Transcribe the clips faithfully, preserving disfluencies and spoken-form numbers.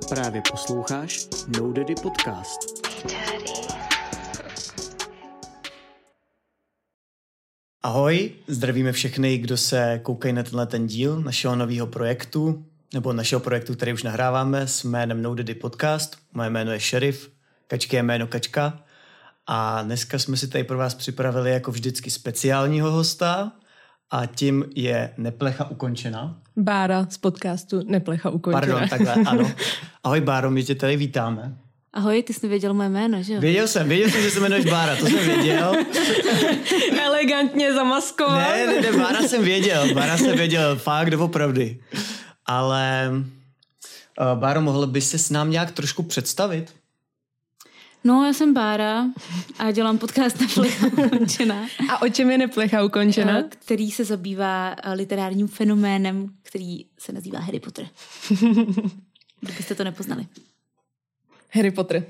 Právě posloucháš No Daddy Podcast. Ahoj, zdravíme všechny, kdo se koukají na tenhle ten díl našeho nového projektu, nebo našeho projektu, který už nahráváme s jménem No Daddy Podcast. Moje jméno je Šerif, Kačky je jméno Kačka a dneska jsme si tady pro vás připravili jako vždycky speciálního hosta a tím je Neplecha ukončena. Bára z podcastu Neplecha ukončena. Pardon, takhle, ano. Ahoj Báro, my tě tady vítáme. Ahoj, ty jsi nevěděl moje jméno, že jo? Věděl jsem, věděl jsem, že se jmenuješ Bára, to jsem věděl. Elegantně zamaskoval. Ne, ne, ne, Bára jsem věděl, Bára jsem věděl, fakt doopravdy. Ale uh, Báro, mohl bys se s nám nějak trošku představit? No, já jsem Bára a dělám podcast Neplecha ukončena. A o čem je Neplecha ukončena? Který se zabývá literárním fenoménem, který se nazývá Harry Potter. Kdybyste to nepoznali. Harry Potter.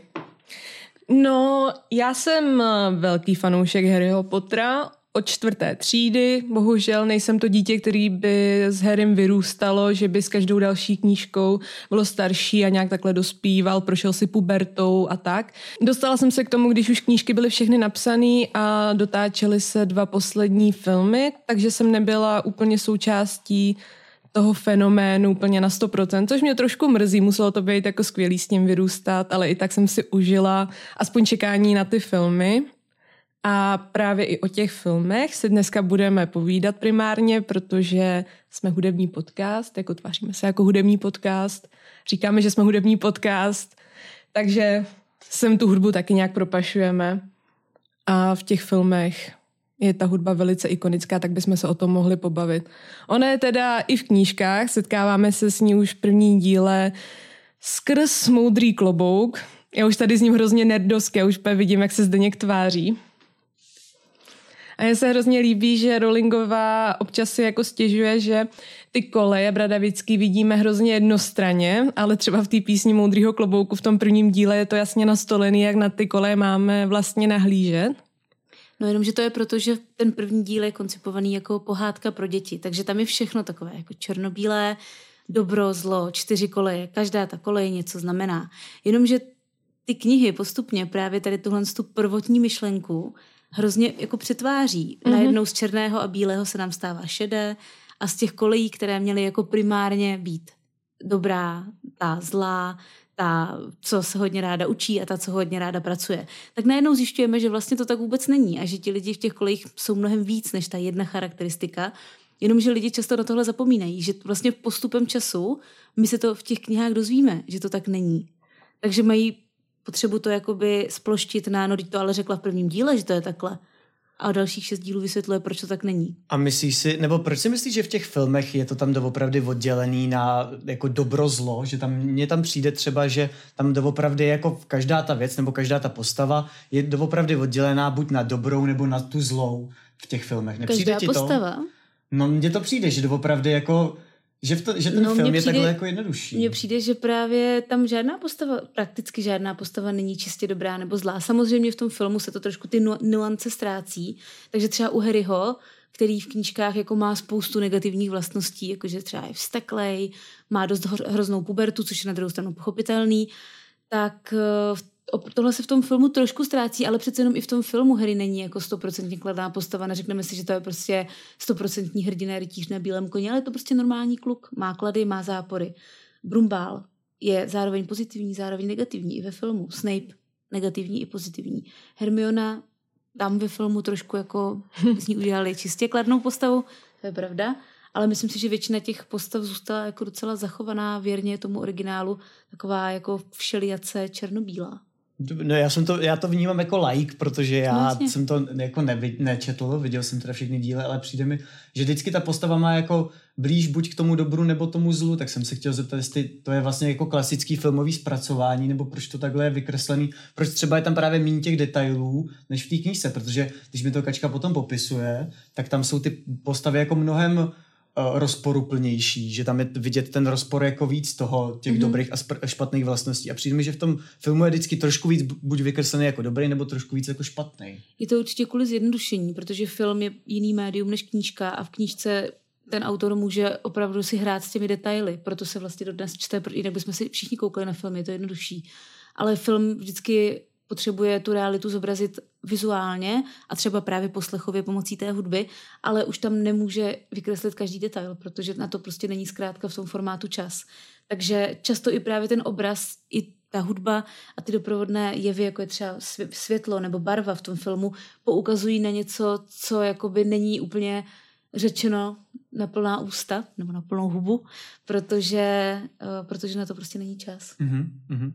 No, já jsem velký fanoušek Harryho Pottera od čtvrté třídy. Bohužel nejsem to dítě, který by s Harrym vyrůstalo, že by s každou další knížkou bylo starší a nějak takhle dospíval, prošel si pubertou a tak. Dostala jsem se k tomu, když už knížky byly všechny napsané a dotáčely se dva poslední filmy, takže jsem nebyla úplně součástí toho fenoménu úplně na sto procent, což mě trošku mrzí, muselo to být jako skvělý s ním vyrůstat, ale i tak jsem si užila aspoň čekání na ty filmy. A právě i o těch filmech se dneska budeme povídat primárně, protože jsme hudební podcast, jako tváříme se jako hudební podcast, říkáme, že jsme hudební podcast, takže sem tu hudbu taky nějak propašujeme. A v těch filmech je ta hudba velice ikonická, tak bychom se o tom mohli pobavit. Ona je teda i v knížkách, setkáváme se s ní už v první díle Skrz moudrý klobouk. Já už tady s ním hrozně nerdovsky, já už vidím, jak se Zdeněk tváří. A mně se hrozně líbí, že Rowlingová občas si jako stěžuje, že ty koleje bradavický vidíme hrozně jednostranně, ale třeba v té písni Moudrýho klobouku v tom prvním díle je to jasně nastolený, jak na ty koleje máme vlastně nahlížet. No jenom, že to je proto, že ten první díl je koncipovaný jako pohádka pro děti, takže tam je všechno takové jako černobílé, dobro, zlo, čtyři koleje, každá ta kolej něco znamená. Jenomže ty knihy postupně právě tady tuhle tu prvotní myšlenku hrozně jako přetváří. Mm-hmm. Najednou z černého a bílého se nám stává šedé a z těch kolejí, které měly jako primárně být dobrá, ta zlá, ta, co se hodně ráda učí a ta, co hodně ráda pracuje. Tak najednou zjišťujeme, že vlastně to tak vůbec není a že ti lidi v těch kolejích jsou mnohem víc než ta jedna charakteristika, jenomže lidi často na tohle zapomínají, že vlastně postupem času my se to v těch knihách dozvíme, že to tak není. Takže mají potřebu to jakoby sploštit na, no to ale řekla v prvním díle, že to je takhle. A dalších šest dílů vysvětluje, proč to tak není. A myslíš si, nebo proč si myslíš, že v těch filmech je to tam doopravdy oddělený na jako dobro zlo, že tam mně tam přijde třeba, že tam doopravdy jako každá ta věc nebo každá ta postava je doopravdy oddělená buď na dobrou nebo na tu zlou v těch filmech. Nepřijde každá ti postava? To? No mně to přijde, že doopravdy jako Že, v to, že ten no, film je přijde, takhle jako jednodušší. Mně přijde, že právě tam žádná postava, prakticky žádná postava není čistě dobrá nebo zlá. Samozřejmě v tom filmu se to trošku ty nu- nuance ztrácí, takže třeba u Harryho, který v knížkách jako má spoustu negativních vlastností, jakože třeba je vzteklej, má dost hro- hroznou pubertu, což je na druhou stranu pochopitelný, tak tohle se v tom filmu trošku ztrácí, ale přece jenom i v tom filmu Harry není jako stoprocentně kladná postava. Neřekneme si, že to je prostě stoprocentní hrdina rytíř na bílém koni, ale je to prostě normální kluk. Má klady, má zápory. Brumbál je zároveň pozitivní, zároveň negativní i ve filmu. Snape negativní i pozitivní. Hermiona tam ve filmu trošku jako z ní udělali čistě kladnou postavu, to je pravda, ale myslím si, že většina těch postav zůstala jako docela zachovaná věrně tomu originálu, taková jako všelijace černobílá. No já jsem to, já to vnímám jako laik, protože já vlastně. jsem to jako nevi, nečetl, viděl jsem teda všechny díly, ale přijde mi, že vždycky ta postava má jako blíž buď k tomu dobru nebo tomu zlu, tak jsem se chtěl zeptat, jestli to je vlastně jako klasický filmový zpracování, nebo proč to takhle je vykreslený, proč třeba je tam právě méně těch detailů, než v té knížce, protože když mi to Kačka potom popisuje, tak tam jsou ty postavy jako mnohem rozporuplnější, že tam je vidět ten rozpor jako víc toho, těch mm-hmm. dobrých a spr- špatných vlastností. A přijde mi, že v tom filmu je vždycky trošku víc buď vykreslený jako dobrý, nebo trošku víc jako špatný. Je to určitě kvůli zjednodušení, protože film je jiný médium než knížka a v knížce ten autor může opravdu si hrát s těmi detaily, proto se vlastně dodnes čte, jinak bychom si všichni koukali na film, je to jednodušší. Ale film vždycky potřebuje tu realitu zobrazit vizuálně a třeba právě poslechově pomocí té hudby, ale už tam nemůže vykreslit každý detail, protože na to prostě není zkrátka v tom formátu čas. Takže často i právě ten obraz, i ta hudba a ty doprovodné jevy, jako je třeba světlo nebo barva v tom filmu, poukazují na něco, co jakoby není úplně řečeno na plná ústa nebo na plnou hubu, protože, uh, protože na to prostě není čas. Mm-hmm.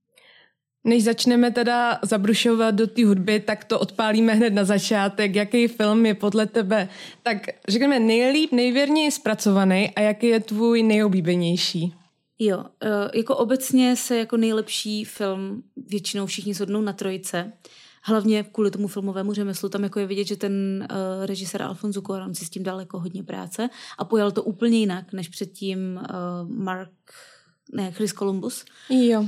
Než začneme teda zabrušovat do té hudby, tak to odpálíme hned na začátek. Jaký film je podle tebe, tak řekneme, nejlíp, nejvěrněji zpracovaný a jaký je tvůj nejoblíbenější? Jo, uh, jako obecně se jako nejlepší film většinou všichni shodnou na Trojce. Hlavně kvůli tomu filmovému řemeslu. Tam jako je vidět, že ten uh, režisér Alfonso Cuarón si s tím dal jako hodně práce a pojal to úplně jinak, než předtím uh, Mark, ne, Chris Columbus. Jo.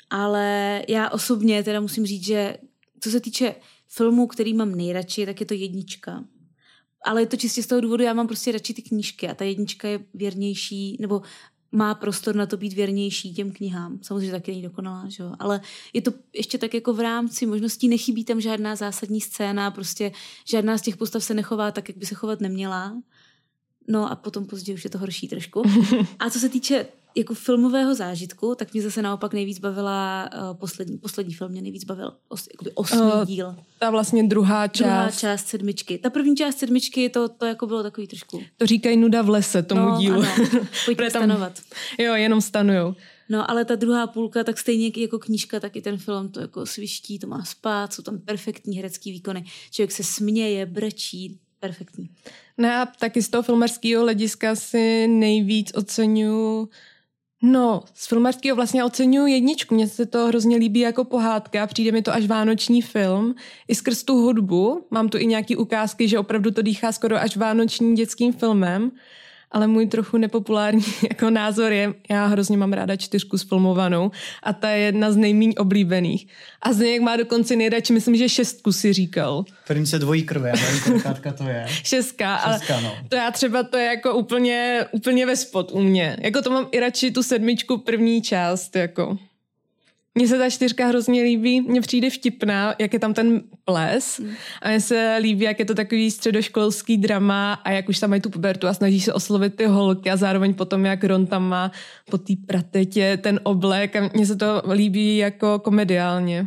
Ale já osobně teda musím říct, že co se týče filmů, který mám nejradši, tak je to jednička. Ale je to čistě z toho důvodu, já mám prostě radši ty knížky a ta jednička je věrnější, nebo má prostor na to být věrnější těm knihám. Samozřejmě taky není dokonalá, že jo? Ale je to ještě tak jako v rámci možností, nechybí tam žádná zásadní scéna, prostě žádná z těch postav se nechová tak, jak by se chovat neměla. No a potom později už je to horší trošku. A co se týče jako filmového zážitku, tak mě zase naopak nejvíc bavila uh, poslední, poslední film mě nejvíc bavil, os, jakoby osmý uh, díl. Ta vlastně druhá část. Druhá část sedmičky. Ta první část sedmičky, to, to jako bylo takový trošku. To říkají nuda v lese tomu no, dílu. Ano, pojďme stanovat. Jo, jenom stanujou. No, ale ta druhá půlka, tak stejně jako knížka, tak i ten film to jako sviští, to má spát, jsou tam perfektní herecký výkony. Člověk se směje, brečí, perfektní. No a taky z toho filmařského hlediska si nejvíc oceňuji. No, z filmařského vlastně oceňuji jedničku. Mně se to hrozně líbí jako pohádka, přijde mi to až vánoční film. I skrz tu hudbu, mám tu i nějaký ukázky, že opravdu to dýchá skoro až vánočním dětským filmem, ale můj trochu nepopulární jako názor je, já hrozně mám ráda čtyřku sfilmovanou a ta je jedna z nejméně oblíbených. A Zdeněk má dokonce nejradši, myslím, že šestku si říkal. Prince dvojí krve, já nevím, kolikátka to je. Šestka, Šestka, ale no. To já třeba to je jako úplně, úplně ve spod u mě. Jako to mám i radši tu sedmičku první část, jako. Mně se ta čtyřka hrozně líbí, mně přijde vtipná, jak je tam ten ples mm. a mně se líbí, jak je to takový středoškolský drama a jak už tam mají tu pubertu a snaží se oslovit ty holky a zároveň potom, jak Ron tam má po té pratetě ten oblek a mně se to líbí jako komediálně.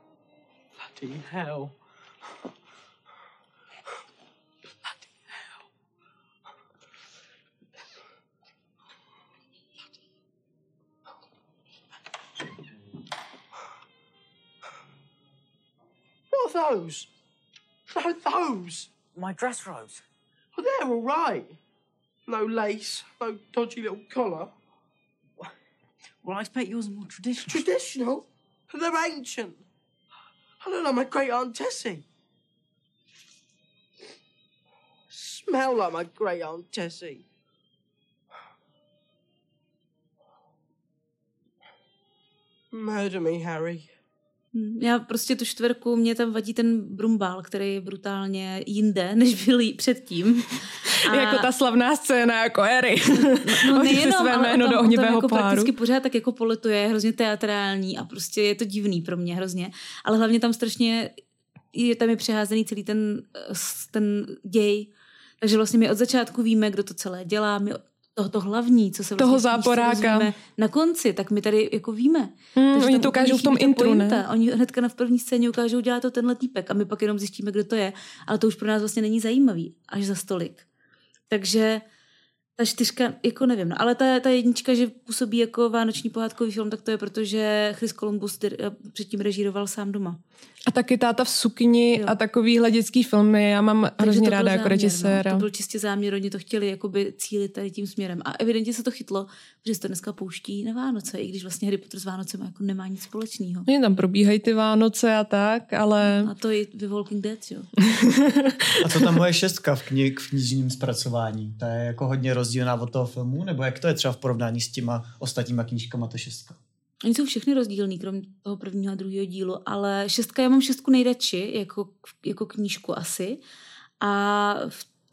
Bloody hell. What are those? What are those? My dress robes. Well, they're all right. No lace, no dodgy little collar. Well, I expect yours are more traditional. Traditional? They're ancient. I look like my great Aunt Tessie. Smell like my great Aunt Tessie. Murder me, Harry. Já prostě tu čtvrku, mě tam vadí ten brumbál, který je brutálně jinde, než byl předtím. A... jako ta slavná scéna, jako Harry. No, no nejenom, své ale jméno on tam, do ohnivého on tam jako páru. prakticky pořád tak jako polituje, je hrozně teatrální a prostě je to divný pro mě hrozně. Ale hlavně tam strašně je tam je přeházený celý ten, ten děj. Takže vlastně my od začátku víme, kdo to celé dělá, my tohoto hlavní, co se vlastně toho záporáka na konci, tak my tady jako víme. Hmm, oni to ukážou v tom intru, ne? Oni hnedka na v první scéně ukážou, dělá to tenhle týpek a my pak jenom zjistíme, kdo to je, ale to už pro nás vlastně není zajímavý, až za stolik. Takže ta čtyřka, jako nevím, no, ale ta, ta jednička, že působí jako vánoční pohádkový film, tak to je proto, že Chris Columbus předtím režíroval Sám doma. A taky Táta v sukni jo. A takovýhle dětský filmy, já mám hrozně ráda jako režiséra. No, to byl čistě záměr, oni to chtěli jakoby cílit tady tím směrem. A evidentně se to chytlo, že se to dneska pouští na Vánoce, i když vlastně Harry Potter s Vánocem jako nemá nic společného. Oni tam probíhají ty Vánoce a tak, ale... A to i ve Walking Dead, jo. A co tam moje šestka v, kni- v knižním zpracování? To je jako hodně rozdílná od toho filmu? Nebo jak to je třeba v porovnání s těma ostatníma knížkama ta šestka? Oni jsou všechny rozdílný, krom toho prvního a druhého dílu, ale šestka, já mám šestku nejradši, jako, jako knížku asi. A v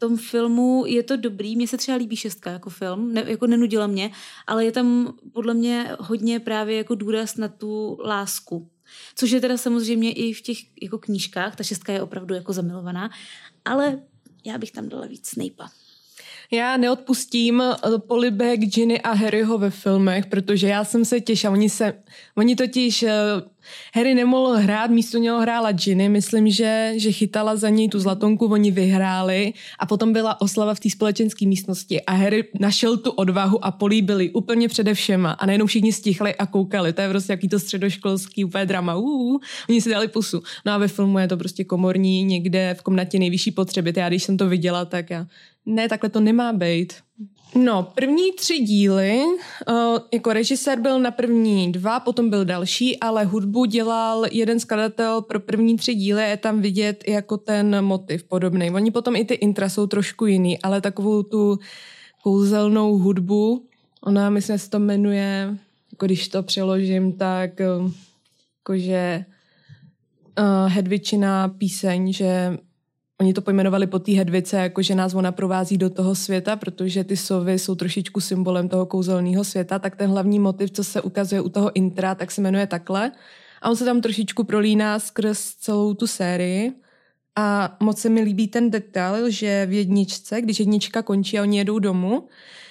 tom filmu je to dobrý, mně se třeba líbí šestka jako film, ne, jako nenudila mě, ale je tam podle mě hodně právě jako důraz na tu lásku. Což je teda samozřejmě i v těch jako knížkách, ta šestka je opravdu jako zamilovaná, ale já bych tam dala víc Snape'a. Já neodpustím polibek Ginny a Harryho ve filmech, protože já jsem se těšila. Oni, se, oni totiž, Harry nemohl hrát, místo něho hrála Ginny. Myslím, že, že chytala za něj tu zlatonku, oni vyhráli a potom byla oslava v té společenské místnosti a Harry našel tu odvahu a políbili úplně přede všema a najednou všichni stichli a koukali. To je prostě jaký to středoškolský úplně drama. Uh, oni si dali pusu. No a ve filmu je to prostě komorní, někde v komnatě nejvyšší potřeby. Já když jsem to viděla, tak já... Ne, takhle to nemá být. No, první tři díly, uh, jako režisér byl na první dva, potom byl další, ale hudbu dělal jeden skladatel pro první tři díly, je tam vidět jako ten motiv podobný. Oni potom i ty intra jsou trošku jiný, ale takovou tu kouzelnou hudbu, ona, myslím, se to jmenuje, jako když to přeložím, tak uh, jakože uh, Hedvičina píseň, že oni to pojmenovali po té Hedvice, jako že nás ona provází do toho světa, protože ty sovy jsou trošičku symbolem toho kouzelného světa, tak ten hlavní motiv, co se ukazuje u toho intra, tak se jmenuje takhle. A on se tam trošičku prolíná skrz celou tu sérii. A moc se mi líbí ten detail, že v jedničce, když jednička končí a oni jedou domů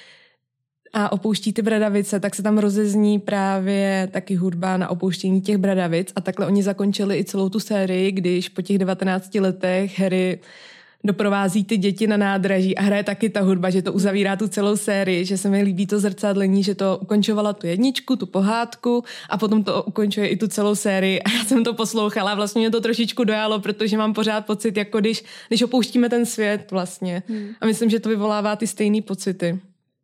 a opouští ty Bradavice, tak se tam rozezní právě taky hudba na opouštění těch Bradavic a takhle oni zakončili i celou tu sérii, když po těch devatenácti letech Harry doprovází ty děti na nádraží a hraje taky ta hudba, že to uzavírá tu celou sérii, že se mi líbí to zrcadlení, že to ukončovala tu jedničku, tu pohádku a potom to ukončuje i tu celou sérii a já jsem to poslouchala a vlastně mě to trošičku dojalo, protože mám pořád pocit, jako když, když opouštíme ten svět vlastně hmm. a myslím, že to vyvolává ty stejné pocity.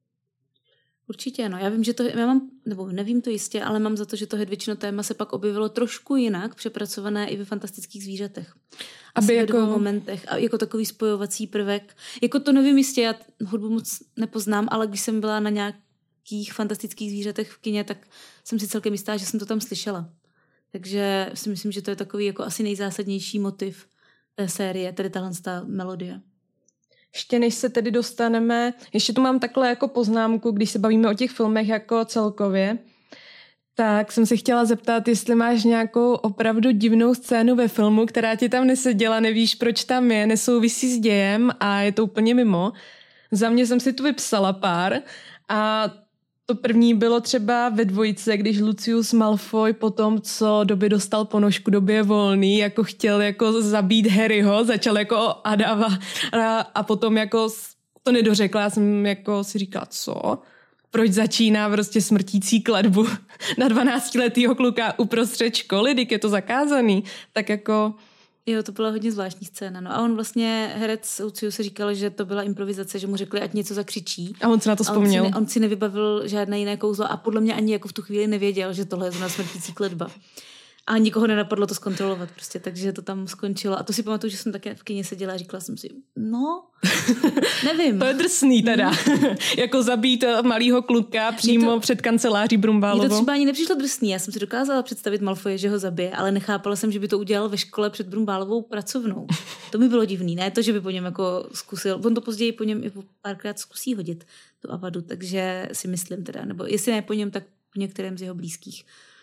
Určitě, no. Já vím, že to, já mám, nebo nevím to jistě, ale mám za to, že to Hedvičino téma se pak objevilo trošku jinak, přepracované i ve fantastických zvířatech. Asi Aby ve jako... dvou momentech. A jako takový spojovací prvek. Jako to nevím jistě, já hudbu moc nepoznám, ale když jsem byla na nějakých fantastických zvířatech v kině, tak jsem si celkem jistá, že jsem to tam slyšela. Takže si myslím, že to je takový jako asi nejzásadnější motiv té série, tedy tahle melodie. Ještě než se tedy dostaneme, ještě tu mám takhle jako poznámku, když se bavíme o těch filmech jako celkově, tak jsem se chtěla zeptat, jestli máš nějakou opravdu divnou scénu ve filmu, která ti tam neseděla, nevíš, proč tam je, nesouvisí s dějem a je to úplně mimo. Za mě jsem si tu vypsala pár a to první bylo třeba ve dvojce, když Lucius Malfoy po tom, co Dobby dostal ponožku, Dobby je volný, jako chtěl jako zabít Harryho, začal jako Adava a, a potom jako to nedořekla. Já jsem jako si říkala, co? Proč začíná prostě smrtící kletbu na dvanáctiletýho kluka uprostřed školy, když je to zakázaný? Tak jako... Jo, to byla hodně zvláštní scéna. No a on vlastně, herec Lucius se říkal, že to byla improvizace, že mu řekli, ať něco zakřičí. A on se na to vzpomněl. On si, ne, on si nevybavil žádné jiné kouzlo a podle mě ani jako v tu chvíli nevěděl, že tohle je zrovna smrtící kletba. A nikoho nenapadlo to zkontrolovat prostě, takže to tam skončilo. A to si pamatuju, že jsem také v kině seděla a říkala jsem si, no, nevím. To je drsný teda. Jako zabít malýho kluka přímo to, před kanceláří Brumbálovou. Mně to třeba ani nepřišlo drsný. Já jsem si dokázala představit Malfoje, že ho zabije, ale nechápala jsem, že by to udělal ve škole před Brumbálovou pracovnou. To mi bylo divný, ne to, že by po něm jako zkusil. On to později po něm i párkrát zkusí hodit, tu Avadu, takže si myslím teda, nebo jestli ne po něm, tak po některém z jeho blízkých.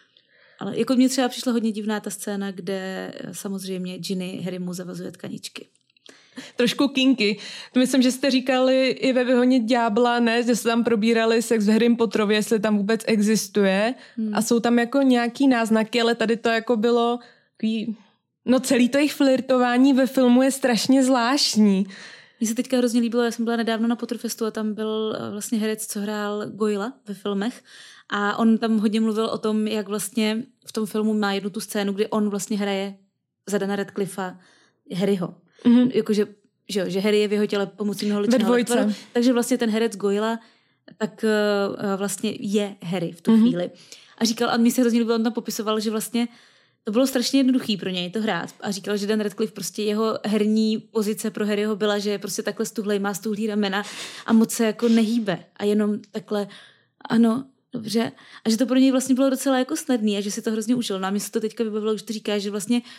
Ale jako mně třeba přišla hodně divná ta scéna, kde samozřejmě Ginny Harrymu zavazuje tkaničky. Trošku kinky. Myslím, že jste říkali i ve Vyhonit ďábla, ne? Že se tam probírali sex v Harrym Potterovi, jestli tam vůbec existuje. Hmm. A jsou tam jako nějaký náznaky, ale tady to jako bylo takový... No celý to jejich flirtování ve filmu je strašně zvláštní. Mně se teďka hrozně líbilo, já jsem byla nedávno na Potterfestu a tam byl vlastně herec, co hrál Goyla ve filmech. A on tam hodně mluvil o tom, jak vlastně v tom filmu má jednu tu scénu, kdy on vlastně hraje za Dana Radcliffa Harryho. Mm-hmm. Jakože, že, že Harry je v jeho těle pomocí mnoho ličného lektoru. Takže vlastně ten herec Goyla tak uh, vlastně je Harry v tu mm-hmm. chvíli. A říkal, a mi se hrozně líbilo, on tam popisoval, že vlastně to bylo strašně jednoduchý pro něj to hrát. A říkal, že Dan Radcliffe prostě jeho herní pozice pro Harryho byla, že je prostě takhle stuhlej, má stuhlý ramena a moc se jako nehýbe. A jenom takhle, ano, dobře. A že to pro něj vlastně bylo docela jako snadný a že si to hrozně užil. No a mě se to teďka vybavilo, že to říká, že vlastně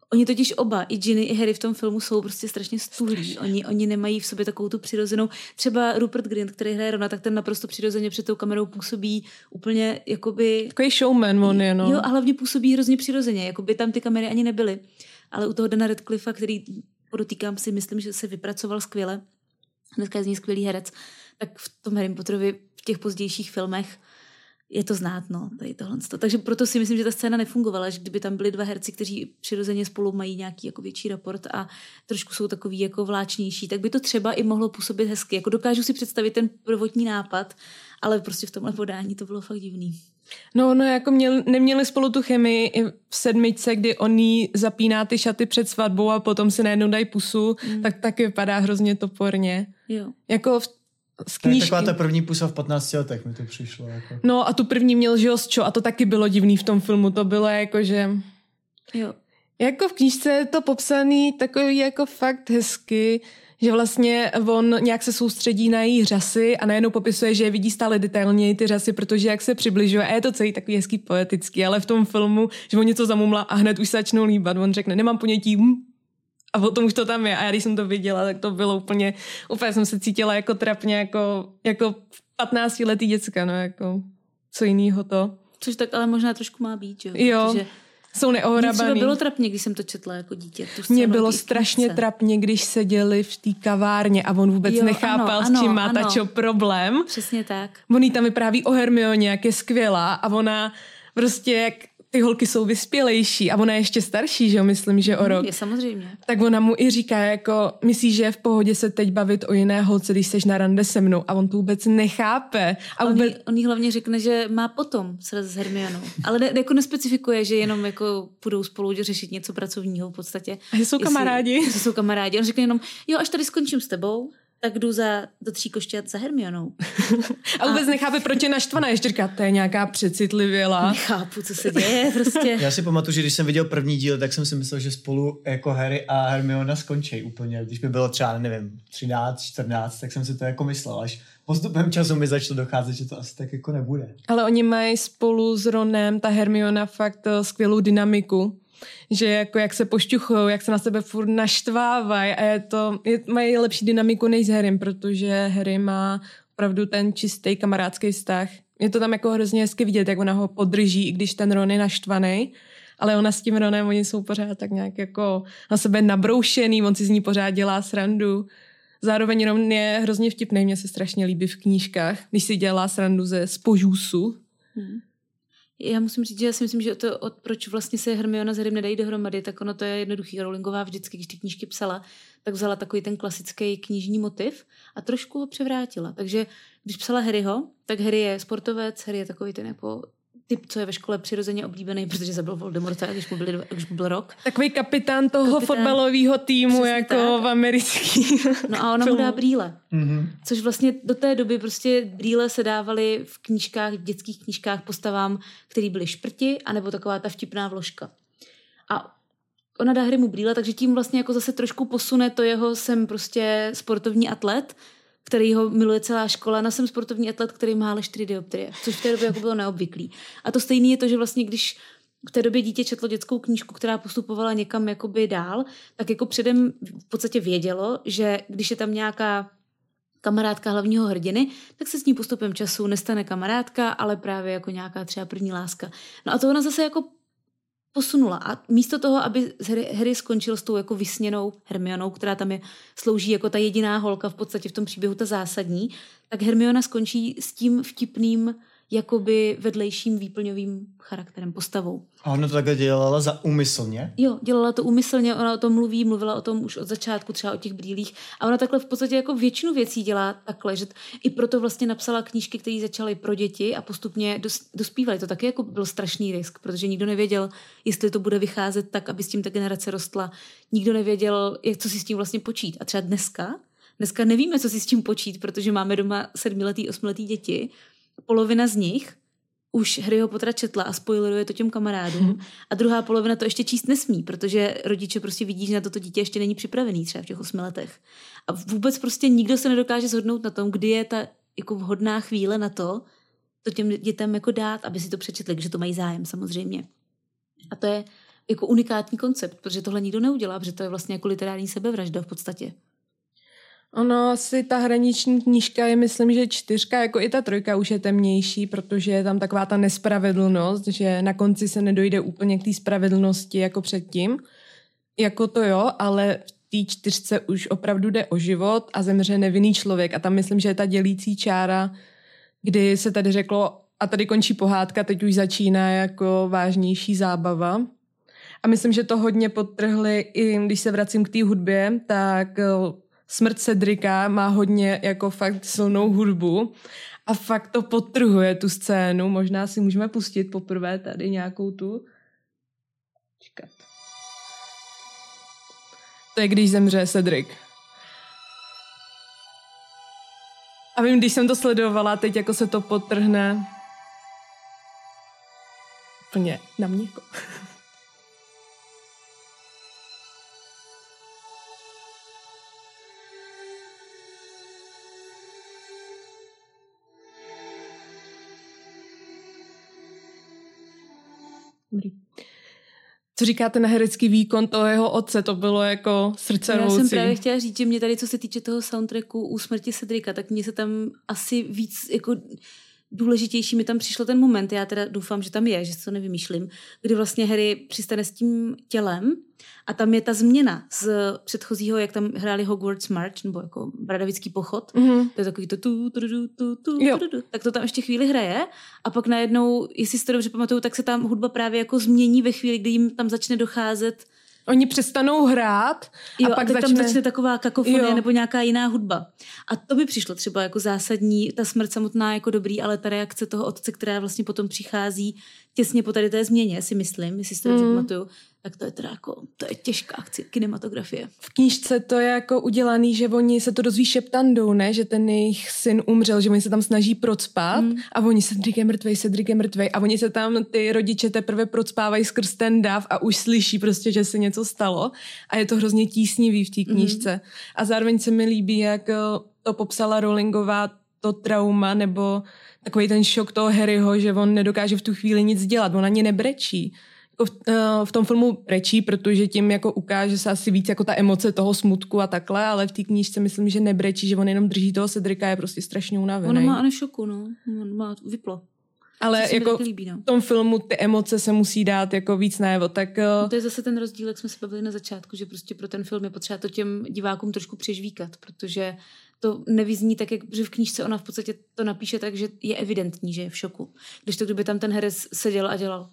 Oni totiž oba, i Ginny, i Harry v tom filmu jsou prostě strašně stuhlí. Oni, oni nemají v sobě takovou tu přirozenou. Třeba Rupert Grint, který hraje Rona, tak ten naprosto přirozeně před tou kamerou působí úplně jakoby... Takový showman on je, no. Jo, a hlavně působí hrozně přirozeně, jakoby tam ty kamery ani nebyly. Ale u toho Dana Radcliffa, který podotýkám si, myslím, že se vypracoval skvěle, dneska je z něj skvělý herec, tak v tom Harry Potterovi v těch pozdějších filmech je to znát, no, tady tohle. Takže proto si myslím, že ta scéna nefungovala, že kdyby tam byli dva herci, kteří přirozeně spolu mají nějaký jako větší raport a trošku jsou takový jako vláčnější, tak by to třeba i mohlo působit hezky. Jako dokážu si představit ten prvotní nápad, ale prostě v tomhle podání to bylo fakt divný. No, no, jako měl, neměli spolu tu chemii i v sedmičce, kdy on jí zapíná ty šaty před svatbou a potom si najednou dají pusu, mm. tak taky vypadá hrozně toporně. Jo. Jako v z knížky. Taková ta první pusa v patnácti letech mi to přišlo. Jako. No a tu první měl, že jo, s Cho, a to taky bylo divný v tom filmu. To bylo jako, že... Jo. Jako v knížce je to popsaný takový jako fakt hezky, že vlastně on nějak se soustředí na její řasy a najednou popisuje, že je vidí stále detailněji ty řasy, protože jak se přibližuje, a je to celý takový hezký poetický, ale v tom filmu, že on něco zamumlá a hned už se začnou líbat. On řekne, nemám ponětí, hm, a potom už to tam je. A já když jsem to viděla, tak to bylo úplně, úplně jsem se cítila jako trapně, jako, jako patnáctiletý děcka, no jako co jinýho to. Což tak ale možná trošku má být, jo? Jo, protože jsou neohrabaný. Mně třeba bylo trapně, když jsem to četla jako dítě. Mně bylo strašně trapně, když seděli v té kavárně a on vůbec jo, nechápal, ano, s čím má ano. ta Cho problém. Přesně tak. On jí tam vypráví o Hermioně, jak je skvělá a ona prostě jak ty holky jsou vyspělejší a ona je ještě starší, že jo, myslím, že o rok. Je samozřejmě. Tak ona mu i říká, jako, myslíš, že je v pohodě se teď bavit o jiné holce, když seš na rande se mnou, a on to vůbec nechápe. A on, vůbec... jí, on jí hlavně řekne, že má potom sraz s Hermionou. Ale ne, jako nespecifikuje, že jenom jako půjdou spolu řešit něco pracovního v podstatě. A že jsou kamarádi. Že jsou kamarádi. On řekne jenom, jo, až tady skončím s tebou, tak jdu za, do tří košťat za Hermionou. A vůbec a... nechápe, proč je naštvaná. Ještě říká, to je nějaká přecitlivěla. Nechápu, co se děje prostě. Já si pamatuju, že když jsem viděl první díl, tak jsem si myslel, že spolu jako Harry a Hermiona skončí úplně. Když by bylo třeba, nevím, třináct, čtrnáct, tak jsem si to jako myslel. Až postupem času mi začalo docházet, že to asi tak jako nebude. Ale oni mají spolu s Ronem, ta Hermiona, fakt skvělou dynamiku. Že jako jak se pošťuchujou, jak se na sebe furt naštvávají a je to, je, mají lepší dynamiku než s Harrym, protože Harry má opravdu ten čistý kamarádský vztah. Je to tam jako hrozně hezky vidět, jak ona ho podrží, i když ten Ron je naštvaný, ale ona s tím Ronem, oni jsou pořád tak nějak jako na sebe nabroušený, on si z ní pořád dělá srandu. Zároveň Ron je hrozně vtipný, mně se strašně líbí v knížkách, když si dělá srandu ze spožůsu. Hmm. Já musím říct, že já si myslím, že to, od, proč vlastně se Hermiona s Harrym nedají dohromady, tak ono to je jednoduchý. Rowlingová vždycky, když ty knížky psala, tak vzala takový ten klasický knižní motiv a trošku ho převrátila. Takže když psala Harryho, tak Harry je sportovec, Harry je takový ten jako typ, co je ve škole přirozeně oblíbený, protože zabil Voldemorta, když mu, byli, když mu byl rok. Takový kapitán toho kapitán, fotbalového týmu, jako tak. V americký. No a ona mu dá brýle. Mm-hmm. Což vlastně do té doby prostě brýle se dávaly v knížkách, v dětských knížkách postavám, který byly šprti, anebo taková ta vtipná vložka. A ona dá Harrymu brýle, takže tím vlastně jako zase trošku posune to jeho, jsem prostě sportovní atlet, který ho miluje celá škola. Na jsem sportovní atlet, který má ale čtyři dioptrie, což v té době jako bylo neobvyklý. A to stejné je to, že vlastně když v té době dítě četlo dětskou knížku, která postupovala někam jakoby dál, tak jako předem v podstatě vědělo, že když je tam nějaká kamarádka hlavního hrdiny, tak se s ní postupem času nestane kamarádka, ale právě jako nějaká třeba první láska. No a to ona zase jako posunula. A místo toho, aby Harry skončil s tou jako vysněnou Hermionou, která tam je, slouží jako ta jediná holka v podstatě v tom příběhu, ta zásadní, tak Hermiona skončí s tím vtipným jakoby vedlejším výplňovým charakterem, postavou. A ona to takhle dělala za úmyslně? Jo, dělala to úmyslně, ona o tom mluví, mluvila o tom už od začátku, třeba o těch brýlích. A ona takhle v podstatě jako většinu věcí dělá takhle, že i proto vlastně napsala knížky, které začaly pro děti a postupně dos, dospívaly. To taky jako byl strašný risk, protože nikdo nevěděl, jestli to bude vycházet tak, aby s tím ta generace rostla. Nikdo nevěděl, jak co si s tím vlastně počít. A třeba dneska, dneska nevíme, co si s tím počít, protože máme doma sedmiletý, osmiletý děti. Polovina z nich už Harryho Pottera četla a spoileruje to těm kamarádům. Hmm. A druhá polovina to ještě číst nesmí, protože rodiče prostě vidí, že na toto dítě ještě není připravený třeba v těch osmi letech. A vůbec prostě nikdo se nedokáže shodnout na tom, kdy je ta jako vhodná chvíle na to, to těm dětem jako dát, aby si to přečetli, že to mají zájem samozřejmě. A to je jako unikátní koncept, protože tohle nikdo neudělá, protože to je vlastně jako literární sebevražda v podstatě. Ono asi ta hraniční knížka je, myslím, že čtyřka, jako i ta trojka už je temnější, protože je tam taková ta nespravedlnost, že na konci se nedojde úplně k té spravedlnosti jako předtím. Jako to jo, ale v té čtyřce už opravdu jde o život a zemře nevinný člověk. A tam myslím, že je ta dělící čára, kdy se tady řeklo, a tady končí pohádka, teď už začíná jako vážnější zábava. A myslím, že to hodně podtrhli i když se vracím k té hudbě, tak smrt Cedrika má hodně jako fakt silnou hudbu a fakt to podtrhuje tu scénu. Možná si můžeme pustit poprvé tady nějakou tu. Čekat. To je, když zemře Cedric. A vím, když jsem to sledovala, teď jako se to podtrhne úplně na mě. Jako. Dobrý. Co říkáte na herecký výkon toho jeho otce? To bylo jako srdce Já rvoucí. jsem právě chtěla říct, že mě tady, co se týče toho soundtracku u smrti Cedrika, tak mně se tam asi víc jako důležitější mi tam přišlo ten moment, já teda doufám, že tam je, že si to nevymýšlím, kdy vlastně Harry přistane s tím tělem a tam je ta změna z předchozího, jak tam hráli Hogwarts March, nebo jako Bradavický pochod, mm-hmm. to je takový to tu, tu, tu, tu, tu, tu, tu, tak to tam ještě chvíli hraje a pak najednou, jestli si to dobře pamatuju, tak se tam hudba právě jako změní ve chvíli, kdy jim tam začne docházet. Oni přestanou hrát a jo, pak a teď začne... tam začne taková kakofonie jo. nebo nějaká jiná hudba. A to by přišlo třeba jako zásadní, ta smrt samotná jako dobrý, ale ta reakce toho otce, která vlastně potom přichází těsně po tady té změně, si myslím, jestli si to mm. pamatuju, tak to je teda jako, to je těžká kinematografie. V knížce to je jako udělaný, že oni se to dozví šeptandou, ne? Že ten jejich syn umřel, že oni se tam snaží procpat mm. a oni Cedric je mrtvej, Cedric je mrtvej a oni se tam ty rodiče teprve procpávají skrz ten dav a už slyší prostě, že se něco stalo a je to hrozně tísnivý v té knížce. Mm. A zároveň se mi líbí, jak to popsala Rowlingová to trauma nebo takový ten šok toho Harryho, že on nedokáže v tu chvíli nic dělat, on ani nebrečí. V tom filmu brečí, protože tím jako ukáže se asi víc jako ta emoce toho smutku a takhle, ale v té knížce myslím, že nebrečí, že on jenom drží toho Cedrika, je prostě strašně unavený. On má ani šoku, no. On má vyplo. Ale jako líbí, no. V tom filmu ty emoce se musí dát jako víc najevo, tak... No to je zase ten rozdíl, jak jsme se bavili na začátku, že prostě pro ten film je potřeba to těm divákům trošku přežvíkat, protože to nevyzní tak, jak, že v knížce ona v podstatě to napíše tak, že je evidentní, že je v šoku. Když to, kdyby tam ten herec seděl a dělal.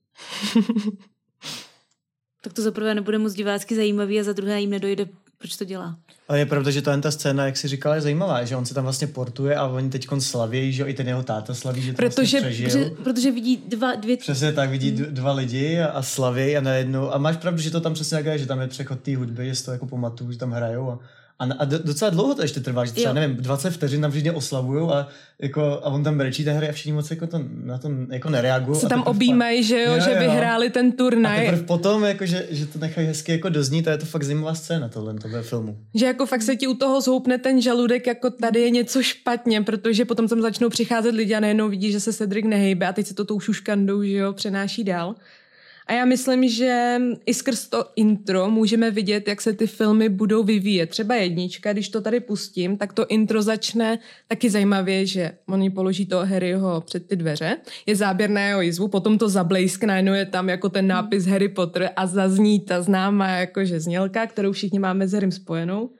Tak to za prvé nebude moc divácky zajímavý a za druhé jim nedojde, proč to dělá. A je pravda, že ta, ta scéna, jak jsi říkala, je zajímavá, že on se tam vlastně portuje a oni teďkon slaví, že i ten jeho táta slaví, že to protože, vlastně přežil. Protože, protože vidí dva, dvě... Přesně tak, vidí hmm. dva lidi a, a slaví a najednou, a máš pravdu, že to tam přesně tak je, že tam je přechod té hudby, že si to jako pamatuju, že tam hrajou a A, a docela dlouho to ještě trvá, že třeba, jo. nevím, dvacet vteřin tam vždycky oslavujou a, jako, a on tam brečí té hry a všichni moc jako to, na to jako nereagují. Se tam objímají, že jo, jo, že jo. vyhráli ten turnaj. A teprve potom, jako, že, že to nechají hezky jako doznít a je to fakt zajímavá scéna tohle, tohle filmu. Že jako fakt se ti u toho zhoupne ten žaludek, jako tady je něco špatně, protože potom tam začnou přicházet lidi a najednou vidí, že se Cedric nehejbe a teď se to tou šuškandou, že jo, přenáší dál. A já myslím, že i skrz to intro můžeme vidět, jak se ty filmy budou vyvíjet. Třeba jednička, když to tady pustím, tak to intro začne taky zajímavě, že oni položí toho Harryho před ty dveře, je záběr na jeho jizvu, potom to zablejskne, najednou je tam jako ten nápis Harry Potter a zazní ta známá jakože znělka, kterou všichni máme s Harrym spojenou.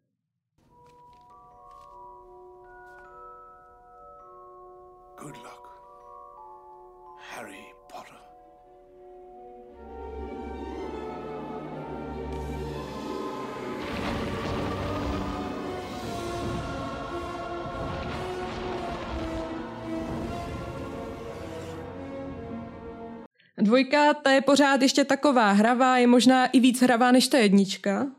Good luck, Harry Potter. Dvojka, ta je pořád ještě taková hravá, je možná i víc hravá než ta jednička.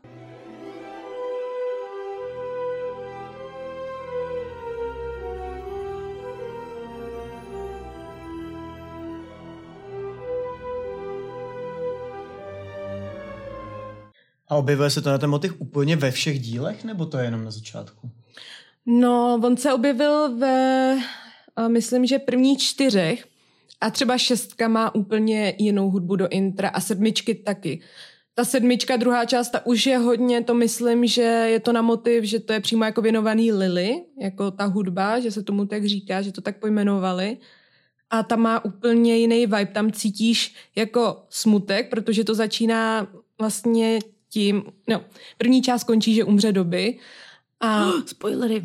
A objevuje se to na ten motiv úplně ve všech dílech, nebo to je jenom na začátku? No, on se objevil ve, myslím, že první čtyřech, A třeba šestka má úplně jinou hudbu do intra a sedmičky taky. Ta sedmička, druhá část, ta už je hodně, to myslím, že je to na motiv, že to je přímo jako věnovaný Lily, jako ta hudba, že se tomu tak říká, že to tak pojmenovali. A ta má úplně jiný vibe, tam cítíš jako smutek, protože to začíná vlastně tím, no, první část končí, že umře Dobby. A... Oh, spoilery.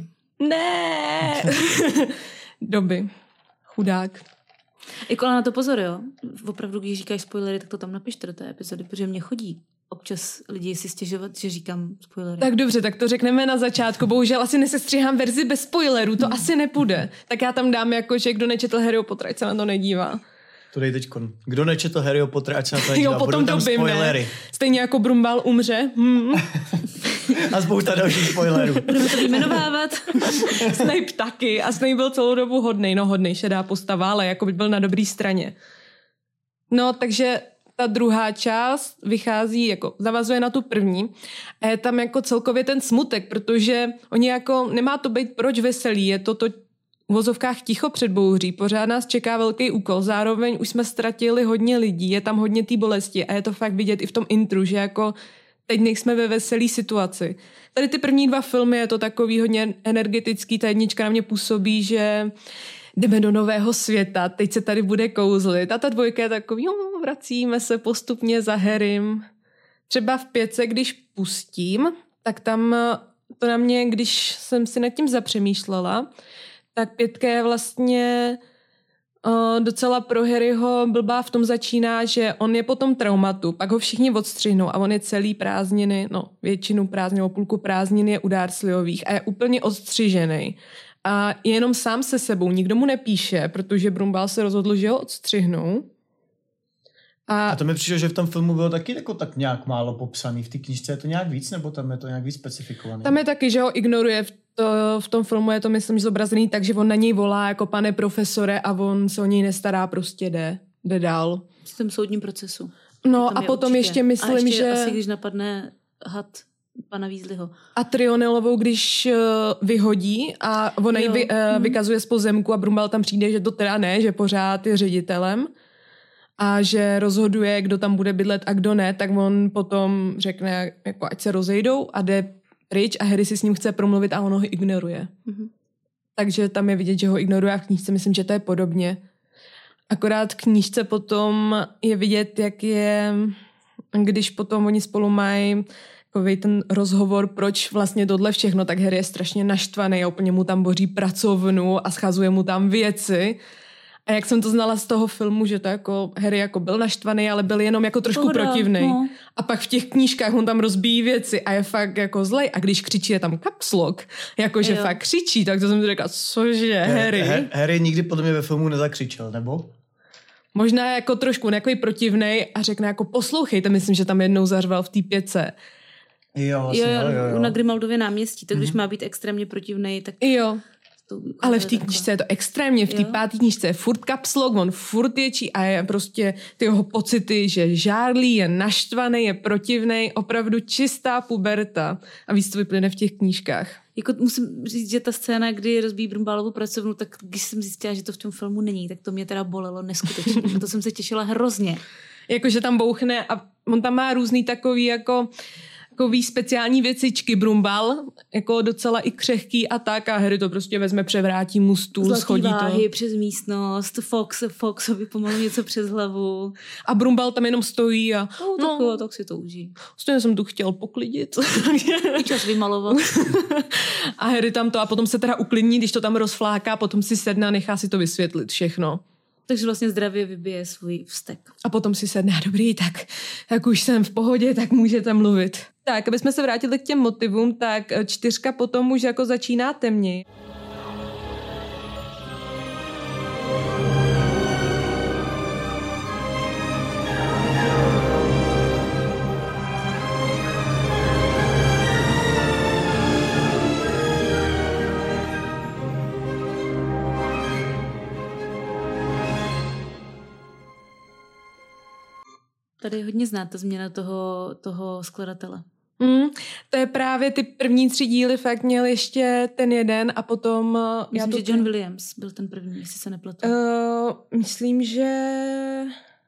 Ne! Dobby. Chudák. Jako ale na to pozor, jo. Opravdu, když říkáš spoilery, tak to tam napište do té epizody, protože mě chodí občas lidi si stěžovat, že říkám spoilery. Tak dobře, tak to řekneme na začátku. Bohužel asi nesestříhám verzi bez spoilerů, to hmm. asi nepůjde. Tak já tam dám jako, že kdo nečetl Harryho Pottera, ať se na to nedívá. To dej teďkon. Kdo nečetl Harryho Pottera, ať se na to nedívá. Jo, potom tam Dobby, spoilery. Ne? Stejně jako Brumbál umře. Hmm. A spousta dalších spoilerů. Budeme to vyjmenovávat. Snape taky. A Snape byl celou dobu hodnej. No hodnej, šedá postava, ale jako by byl na dobrý straně. No, takže ta druhá část vychází, jako zavazuje na tu první. A je tam jako celkově ten smutek, protože oni jako, nemá to být proč veselý, je to to v vozovkách ticho před bouří, pořád nás čeká velký úkol, zároveň už jsme ztratili hodně lidí, je tam hodně té bolesti a je to fakt vidět i v tom intru, že jako teď nejsme ve veselé situaci. Tady ty první dva filmy je to takový hodně energetický, ta jednička na mě působí, že jdeme do nového světa, teď se tady bude kouzlit a ta dvojka je takový, jo, vracíme se postupně za Harrym. Třeba v pětce, když pustím, tak tam to na mě, když jsem si nad tím zapřemýšlela, tak pětka je vlastně uh, docela pro Harryho blbá v tom začíná, že on je po tom traumatu, pak ho všichni odstřihnou a on je celý prázdniny, no většinu prázdnin, půlku prázdnin je u Dursleyových a je úplně odstřižený. A je jenom sám se sebou, nikdo mu nepíše, protože Brumbál se rozhodl, že ho odstřihnou. A, a to mi přišlo, že v tom filmu bylo taky jako tak nějak málo popsaný. V té knížce je to nějak víc, nebo tam je to nějak víc specifikované? Tam je taky, že ho ignoruje. V, to, v tom filmu je to, myslím, zobrazený tak, že on na něj volá jako pane profesore a on se o něj nestará, prostě jde, jde dál. V tom soudním procesu. No a potom určitě. ještě myslím, a ještě že... asi když napadne had pana Weasleyho. A Trionelovou, když uh, vyhodí a ona ji vy, uh, hmm. vykazuje z pozemku a Brumbál tam přijde, že to teda ne, že pořád je ředitelem a že rozhoduje, kdo tam bude bydlet a kdo ne, tak on potom řekne, jako ať se rozejdou a jde pryč a Harry si s ním chce promluvit a on ho ignoruje. Hmm. Takže tam je vidět, že ho ignoruje a v knížce myslím, že to je podobně. Akorát v knížce potom je vidět, jak je, když potom oni spolu mají takový ten rozhovor, proč vlastně tohle všechno, tak Harry je strašně naštvaný a úplně mu tam boří pracovnu a schazuje mu tam věci. A jak jsem to znala z toho filmu, že to jako Harry jako byl naštvaný, ale byl jenom jako trošku Pohoda, protivnej. No. A pak v těch knížkách on tam rozbíjí věci a je fakt jako zlej. A když křičí, je tam caps lock, jakože fakt křičí, tak to jsem si řekla, cože Harry? Harry, Harry nikdy podle mě ve filmu nezakřičel, nebo? Možná jako trošku nějaký protivnej a řekne jako poslouchejte, myslím, že tam jednou zařval v té pětce. Jo, vlastně, jo, jo, jo, jo. Na Grimaldově náměstí, tak mm-hmm. když má být extrémně protivnej, tak... Jo, ale v té knížce je to extrémně, v té páté knížce je furt caps lock, on furt ječí a je prostě ty jeho pocity, že žárlí, je naštvaný, je protivnej, opravdu čistá puberta. A víc to vyplyne v těch knížkách. Jako musím říct, že ta scéna, kdy rozbíjí Brumbálovu pracovnu, tak když jsem zjistila, že to v tom filmu není, tak to mě teda bolelo neskutečně. Na to jsem se těšila hrozně. Jakože tam bouchne a on tam má různý takový jako takový speciální věcičky Brumbál, jako docela i křehký a tak a Harry to prostě vezme, převrátí mu stůl, Zlatý schodí váhy to. přes místnost, Fox, Foxovi pomalu něco přes hlavu. A Brumbál tam jenom stojí a no, tak, no, tak si to užij. Stejně jsem tu chtěl poklidit. I čas vymalovat. A Harry tam to a potom se teda uklidní, když to tam rozfláká, potom si sedne a nechá si to vysvětlit všechno. Takže vlastně zdravě vybije svůj vztek. A potom si sedne, dobrý, tak, tak už jsem v pohodě, tak můžete mluvit. Tak, aby jsme se vrátili k těm motivům, tak čtyřka potom už jako začíná temněji. Tady je hodně znát ta změna toho, toho skladatele. Mm, to je právě ty první tři díly fakt měl ještě ten jeden a potom... Myslím, já to že John Williams byl ten první, jestli se nepletu. Uh, myslím, že...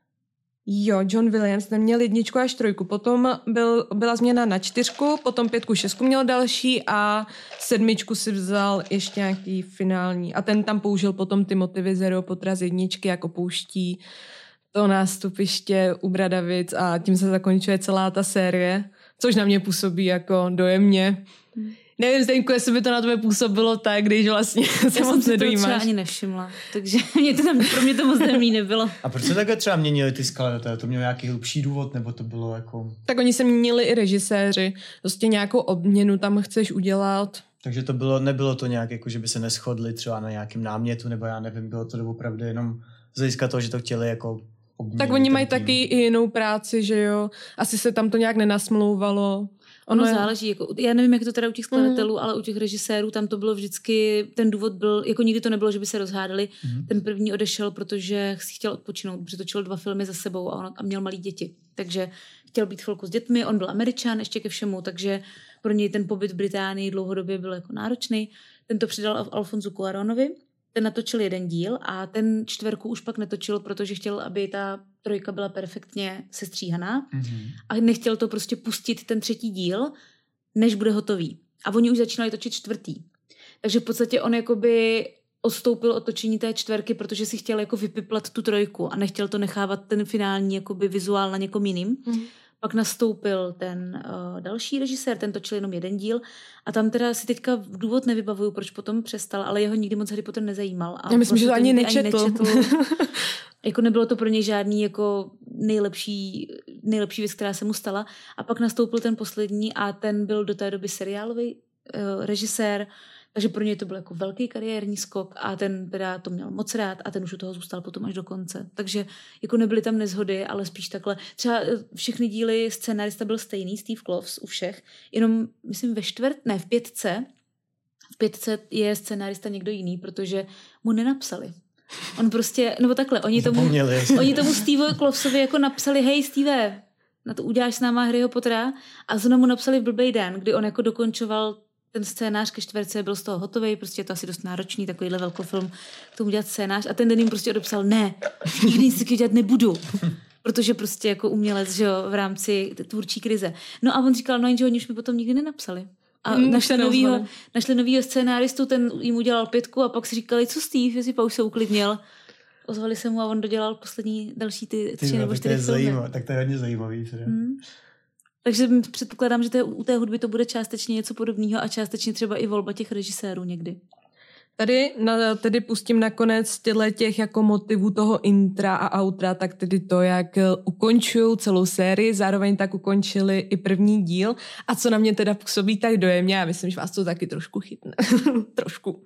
Jo, John Williams, ten měl jedničku až trojku, potom byl, byla změna na čtyřku, potom pětku, šestku měl další a sedmičku si vzal ještě nějaký finální. A ten tam použil potom ty motivy z Harryho Pottera z jedničky, jako pouští to nástupiště u Bradavic a tím se zakončuje celá ta série, což na mě působí jako dojemně. Hmm. Nevím, Zdeňku, jestli by to na tebe působilo tak, když vlastně se Já moc jsem si to nedojímáš. třeba ani nevšimla, takže mě to tam, pro mě to moc nemý nebylo. A proč se takhle třeba měnili ty skladatelé? To mělo nějaký hlubší důvod, nebo to bylo jako... Tak oni se měnili i režiséři. Prostě nějakou obměnu tam chceš udělat. Takže to bylo, nebylo to nějak, jako, že by se neshodli třeba na nějakém námětu, nebo já nevím, bylo to opravdu jenom z hlediska toho, že to chtěli jako obměnit. Tak oni mají tým. taky i jinou práci, že jo. Asi se tam to nějak nenasmlouvalo. Ono je... záleží, jako, já nevím, jak to teda u těch skladatelů, mm. ale u těch režisérů tam to bylo vždycky, ten důvod byl, jako nikdy to nebylo, že by se rozhádali. Mm. Ten první odešel, protože si chtěl odpočinout, protože točil dva filmy za sebou a, on, a měl malý děti. Takže chtěl být chvilku s dětmi, on byl Američan ještě ke všemu, takže pro něj ten pobyt v Británii dlouhodobě byl jako náročný. Ten to přidal Alfonsu Cuaronovi, ten natočil jeden díl a ten čtverku už pak netočil, protože chtěl, aby ta trojka byla perfektně sestříhaná mm-hmm. a nechtěl to prostě pustit ten třetí díl, než bude hotový. A oni už začínali točit čtvrtý. Takže v podstatě on jakoby odstoupil od točení té čtverky, protože si chtěl jako vypiplat tu trojku a nechtěl to nechávat ten finální jakoby vizuál na někom jiným. Mm-hmm. Pak nastoupil ten uh, další režisér, ten točil jenom jeden díl a tam teda si teďka v důvod nevybavuju, proč potom přestal, ale jeho nikdy moc Harry Potter nezajímal. A já myslím, že to ani nečetl. Ani nečetl. Jako nebylo to pro něj žádný jako nejlepší, nejlepší věc, která se mu stala. A pak nastoupil ten poslední a ten byl do té doby seriálový uh, režisér, takže pro něj to byl jako velký kariérní skok a ten teda to měl moc rád a ten už u toho zůstal potom až do konce. Takže jako nebyly tam nezhody, ale spíš takhle. Třeba všechny díly scénárista byl stejný, Steve Kloves u všech, jenom myslím ve čtvrt, ne v pětce, v pětce je scénárista někdo jiný, protože mu nenapsali. On prostě, nebo takhle, oni tomu, oni tomu Steve Klovesovi jako napsali, hej Steve, na to uděláš s náma Harryho Pottera a znovu mu napsali v blbej den, kdy on jako dokončoval ten scénář ke čtverce, byl z toho hotový, prostě je to asi dost náročný, takovýhle velkofilm k tomu dělat scénář a ten den jim prostě odepsal, ne, nikdy nic takového dělat nebudu, protože prostě jako umělec, že jo, v rámci tvůrčí krize. No a on říkal, no jenže oni už mi potom nikdy nenapsali. A hmm, našli, novýho, našli novýho scénáristu, ten jim udělal pětku a pak si říkali, co Steve, jestli pa už se uklidnil. Ozvali se mu a on dodělal poslední další ty tři ty nebo čtyři filmy. Tak to je hodně zajímavý. Hmm. Takže předpokládám, že to je, u té hudby to bude částečně něco podobného a částečně třeba i volba těch režisérů někdy. Tady na, tedy pustím nakonec tyhle těch jako motivů toho intra a outra, tak tedy to, jak ukončují celou sérii, zároveň tak ukončili i první díl a co na mě teda působí tak dojemně, já myslím, že vás to taky trošku chytne. trošku.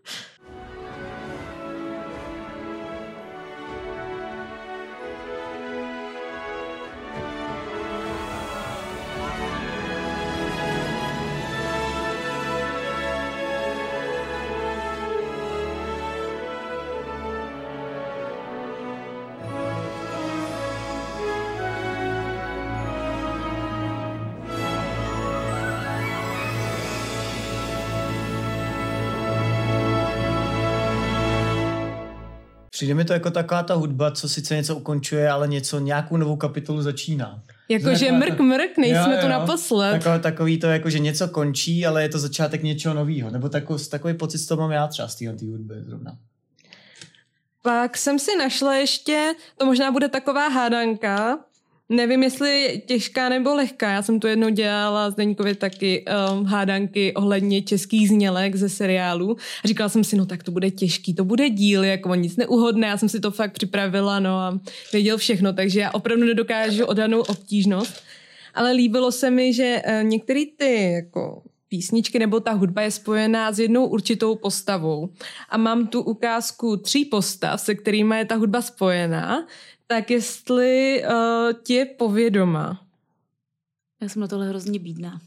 Přijde mi to jako taková ta hudba, co sice něco ukončuje, ale něco, nějakou novou kapitolu začíná. Jakože mrk, mrk, nejsme tu naposled. Takové, takový to, jako, že něco končí, ale je to začátek něčeho nového. Nebo takový, takový pocit z toho mám já třeba z té hudby zrovna. Pak jsem si našla ještě, to možná bude taková hádanka, nevím, jestli těžká nebo lehká. Já jsem tu jednou dělala Zdeňkovi taky um, hádanky ohledně českých znělek ze seriálu. A říkala jsem si, no tak to bude těžký, to bude díl, jako nic neuhodné. Já jsem si to fakt připravila, no a věděl všechno, takže já opravdu nedokážu odhadnout obtížnost. Ale líbilo se mi, že uh, některé ty jako písničky nebo ta hudba je spojená s jednou určitou postavou. A mám tu ukázku tří postav, se kterými je ta hudba spojená. Tak jestli uh, ti je povědomá. Já jsem na tohle hrozně bídná.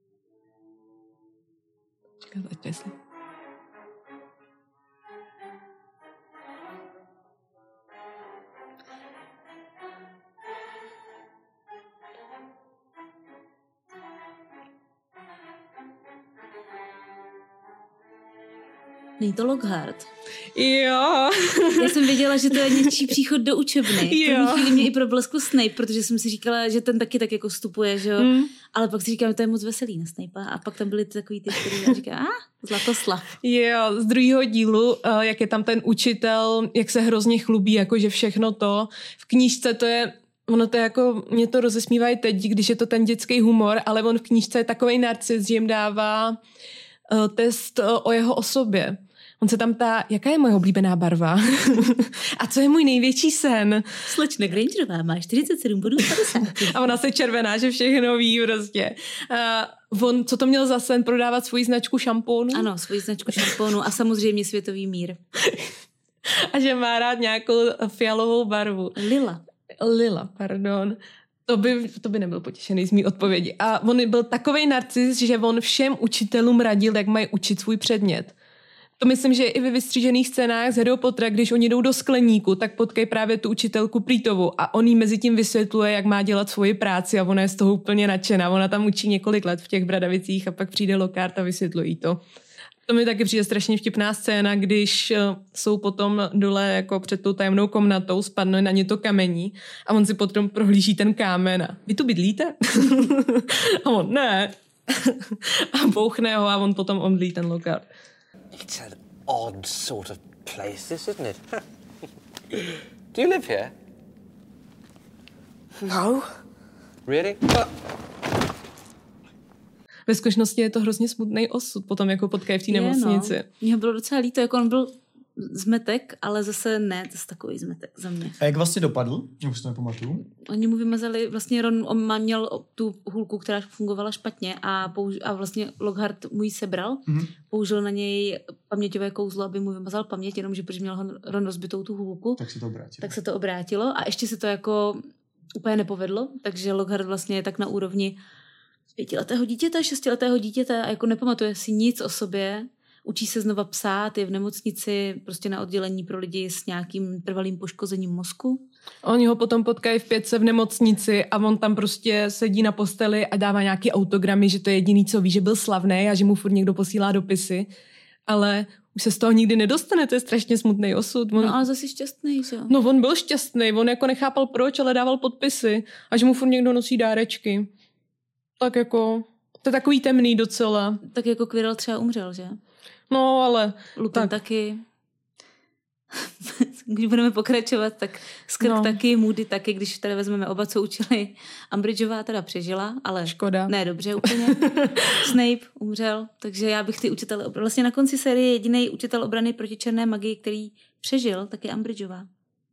Čekaj, jestli... Není to Lockhart. Jo. Já jsem věděla, že to je něčí příchod do učebny. Jo. První chvíli mě i probleskl Snape, protože jsem si říkala, že ten taky tak jako vstupuje, že jo. Mm. Ale pak si říkám, že to je moc veselý na Snape. A pak tam byly ty takový ty, který já říkám, a Zlatoslav. Jo, z druhého dílu, jak je tam ten učitel, jak se hrozně chlubí, jakože všechno to. V knížce to je, ono to je jako, mě to rozesmívá i teď, když je to ten dětský humor, ale on v knížce je takovej narcis, že jim dává uh, test uh, o jeho osobě. On se tam ptá, jaká je moje oblíbená barva? A co je můj největší sen? Slečna Grangerová má čtyřicet sedm bodů z padesát. A ona se červená, že všechno ví prostě. Uh, on, co to měl za sen? Prodávat svoji značku šampónu? Ano, svoji značku šampónu a samozřejmě světový mír. A že má rád nějakou fialovou barvu. Lila. Lila, pardon. To by, to by nebyl potěšený z mý odpovědi. A on byl takovej narcis, že on všem učitelům radil, jak mají učit svůj předmět. To myslím, že i ve vystřížených scénách z Harryho Pottera, když oni jdou do skleníku, tak potkají právě tu učitelku Prýtovou a on jí mezi tím vysvětluje, jak má dělat svoji práci a ona je z toho úplně nadšená. Ona tam učí několik let v těch Bradavicích a pak přijde Lockhart a vysvětluje to. To mi taky přijde strašně vtipná scéna, když jsou potom dole jako před tou tajemnou komnatou, spadne na ně to kamení a on si potom prohlíží ten kámen a vy tu bydlíte? A on ne. A bouchne ho a on potom omdlí ten Lockhart. It's an odd sort of place, this, isn't it? Do you live here? No. Really? Well, ve skutečnosti je to hrozně smutný osud, potom jako potkají v té nemocnici. No. Mně bylo docela líto, jako on byl zmetek, ale zase ne, to je takový zmetek za mě. A jak vlastně dopadl? Už to nepamatuju. Oni mu vymazali, vlastně Ron on měl tu hůlku, která fungovala špatně a, použ- a vlastně Lockhart mu ji sebral, mm-hmm. použil na něj paměťové kouzlo, aby mu vymazal paměť, jenomže protože měl Ron rozbitou tu hůlku. Tak se to obrátilo. Tak se to obrátilo a ještě se to jako úplně nepovedlo, takže Lockhart vlastně je tak na úrovni pětiletého dítěte, šestiletého dítěte a jako nepamatuje si nic o sobě, učí se znova psát, je v nemocnici, prostě na oddělení pro lidi s nějakým trvalým poškozením mozku. Oni ho potom potkají v pětce v nemocnici a on tam prostě sedí na posteli a dává nějaký autogramy, že to je jediný, co ví, že byl slavný a že mu furt někdo posílá dopisy. Ale už se z toho nikdy nedostane, to je strašně smutný osud. On... No ale zase šťastný, že jo? No on byl šťastný, on jako nechápal proč, ale dával podpisy a že mu furt někdo nosí dárečky. Tak jako, to je takový temný docela. Tak jako Quirrell třeba umřel, že? No, ale... Lupin tak. taky. Když budeme pokračovat, tak Skrk no. taky, Moody taky, když tady vezmeme oba, co učili. Umbridgeová teda přežila, ale... Škoda. Ne, dobře úplně. Snape umřel, takže já bych ty učitele... Vlastně na konci série jediný učitel obrany proti černé magii, který přežil, tak je Umbridgeová.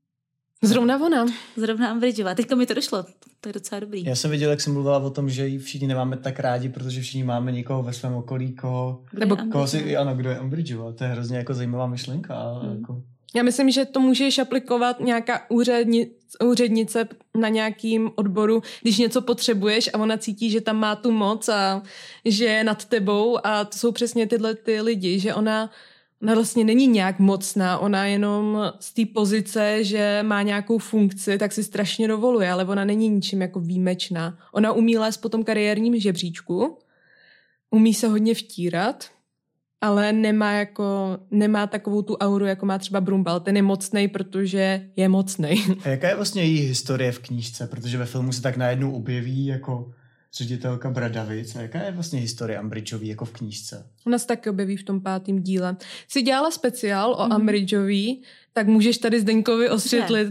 Zrovna ona. Zrovna Umbridgeová. Teďka mi to došlo. To je docela dobrý. Já jsem viděl, jak jsem mluvila o tom, že ji všichni nemáme tak rádi, protože všichni máme někoho ve svém okolí, koho... Nebo koho si, ano, kdo je Umbridgeová. To je hrozně jako zajímavá myšlenka. Hmm. Jako... Já myslím, že to můžeš aplikovat nějaká úředni, úřednice na nějakým odboru, když něco potřebuješ a ona cítí, že tam má tu moc a že je nad tebou a to jsou přesně tyhle ty lidi, že ona... Ona vlastně není nějak mocná, ona jenom z té pozice, že má nějakou funkci, tak si strašně dovoluje, ale ona není ničím jako výjimečná. Ona umí lézt po tom kariérním žebříčku, umí se hodně vtírat, ale nemá, jako, nemá takovou tu auru, jako má třeba Brumbal. Ten je mocnej, protože je mocnej. A jaká je vlastně její historie v knížce? Protože ve filmu se tak najednou objeví jako... ředitelka Bradavic. A jaká je vlastně historie Umbridgeový jako v knížce? Ona se taky objeví v tom pátém díle. Jsi dělala speciál o mm. Umbridgeový, tak můžeš tady Zdeňkovi osvětlit.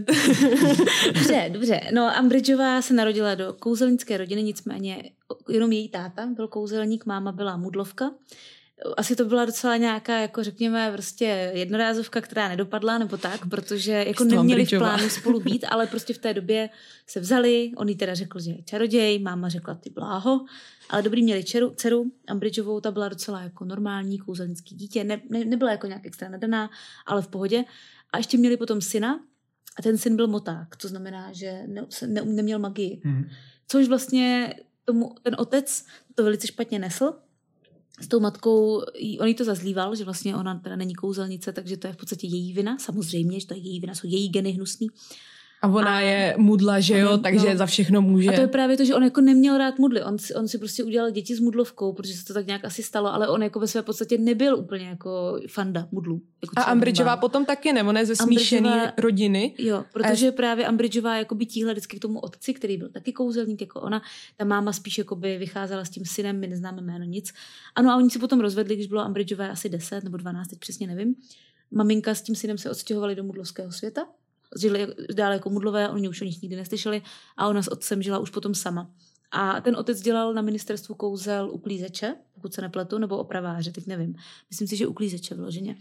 Dobře, dobře. No Umbridgeová se narodila do kouzelnické rodiny, nicméně jenom její táta byl kouzelník, máma byla mudlovka. Asi to byla docela nějaká, jako řekněme, prostě jednorázovka, která nedopadla, nebo tak, protože jako neměli v plánu spolu být, ale prostě v té době se vzali, on jí teda řekl, že je čaroděj, máma řekla ty bláho, ale dobrý měli dceru, dceru Umbridgeovou, ta byla docela jako normální kouzelnický dítě, ne, ne, nebyla jako nějak extra nadaná, ale v pohodě. A ještě měli potom syna a ten syn byl moták, to znamená, že ne, ne, neměl magii. Hmm. Což vlastně tomu, ten otec to velice špatně nesl. S tou matkou, on jí to zazlíval, že vlastně ona teda není kouzelnice, takže to je v podstatě její vina, samozřejmě, že to je její vina, jsou její geny hnusný. A ona a je mudla, že jo, takže no. za všechno může. A to je právě to, že on jako neměl rád mudly. On si, on si prostě udělal děti s mudlovkou, protože se to tak nějak asi stalo, ale on jako ve své podstatě nebyl úplně jako fanda mudlů. Jako a Umbridgeová potom taky ne, ona je ze smíšené rodiny. Jo, protože a... právě Umbridgeová jakoby tíhla vždycky k tomu otci, který byl taky kouzelník jako ona. Ta máma spíš jakoby vycházela s tím synem, my neznáme jméno nic. Ano, a oni se potom rozvedli, když bylo Umbridgeové asi deset nebo dvanáct, teď přesně nevím. Maminka s tím synem se odstěhovali do mudlovského světa. Žili dále jako mudlové, oni už o nich nikdy neslyšeli a ona s otcem žila už potom sama. A ten otec dělal na ministerstvu kouzel uklízeče, pokud se nepletu, nebo opraváře, teď nevím. Myslím si, že uklízeče vyloženě.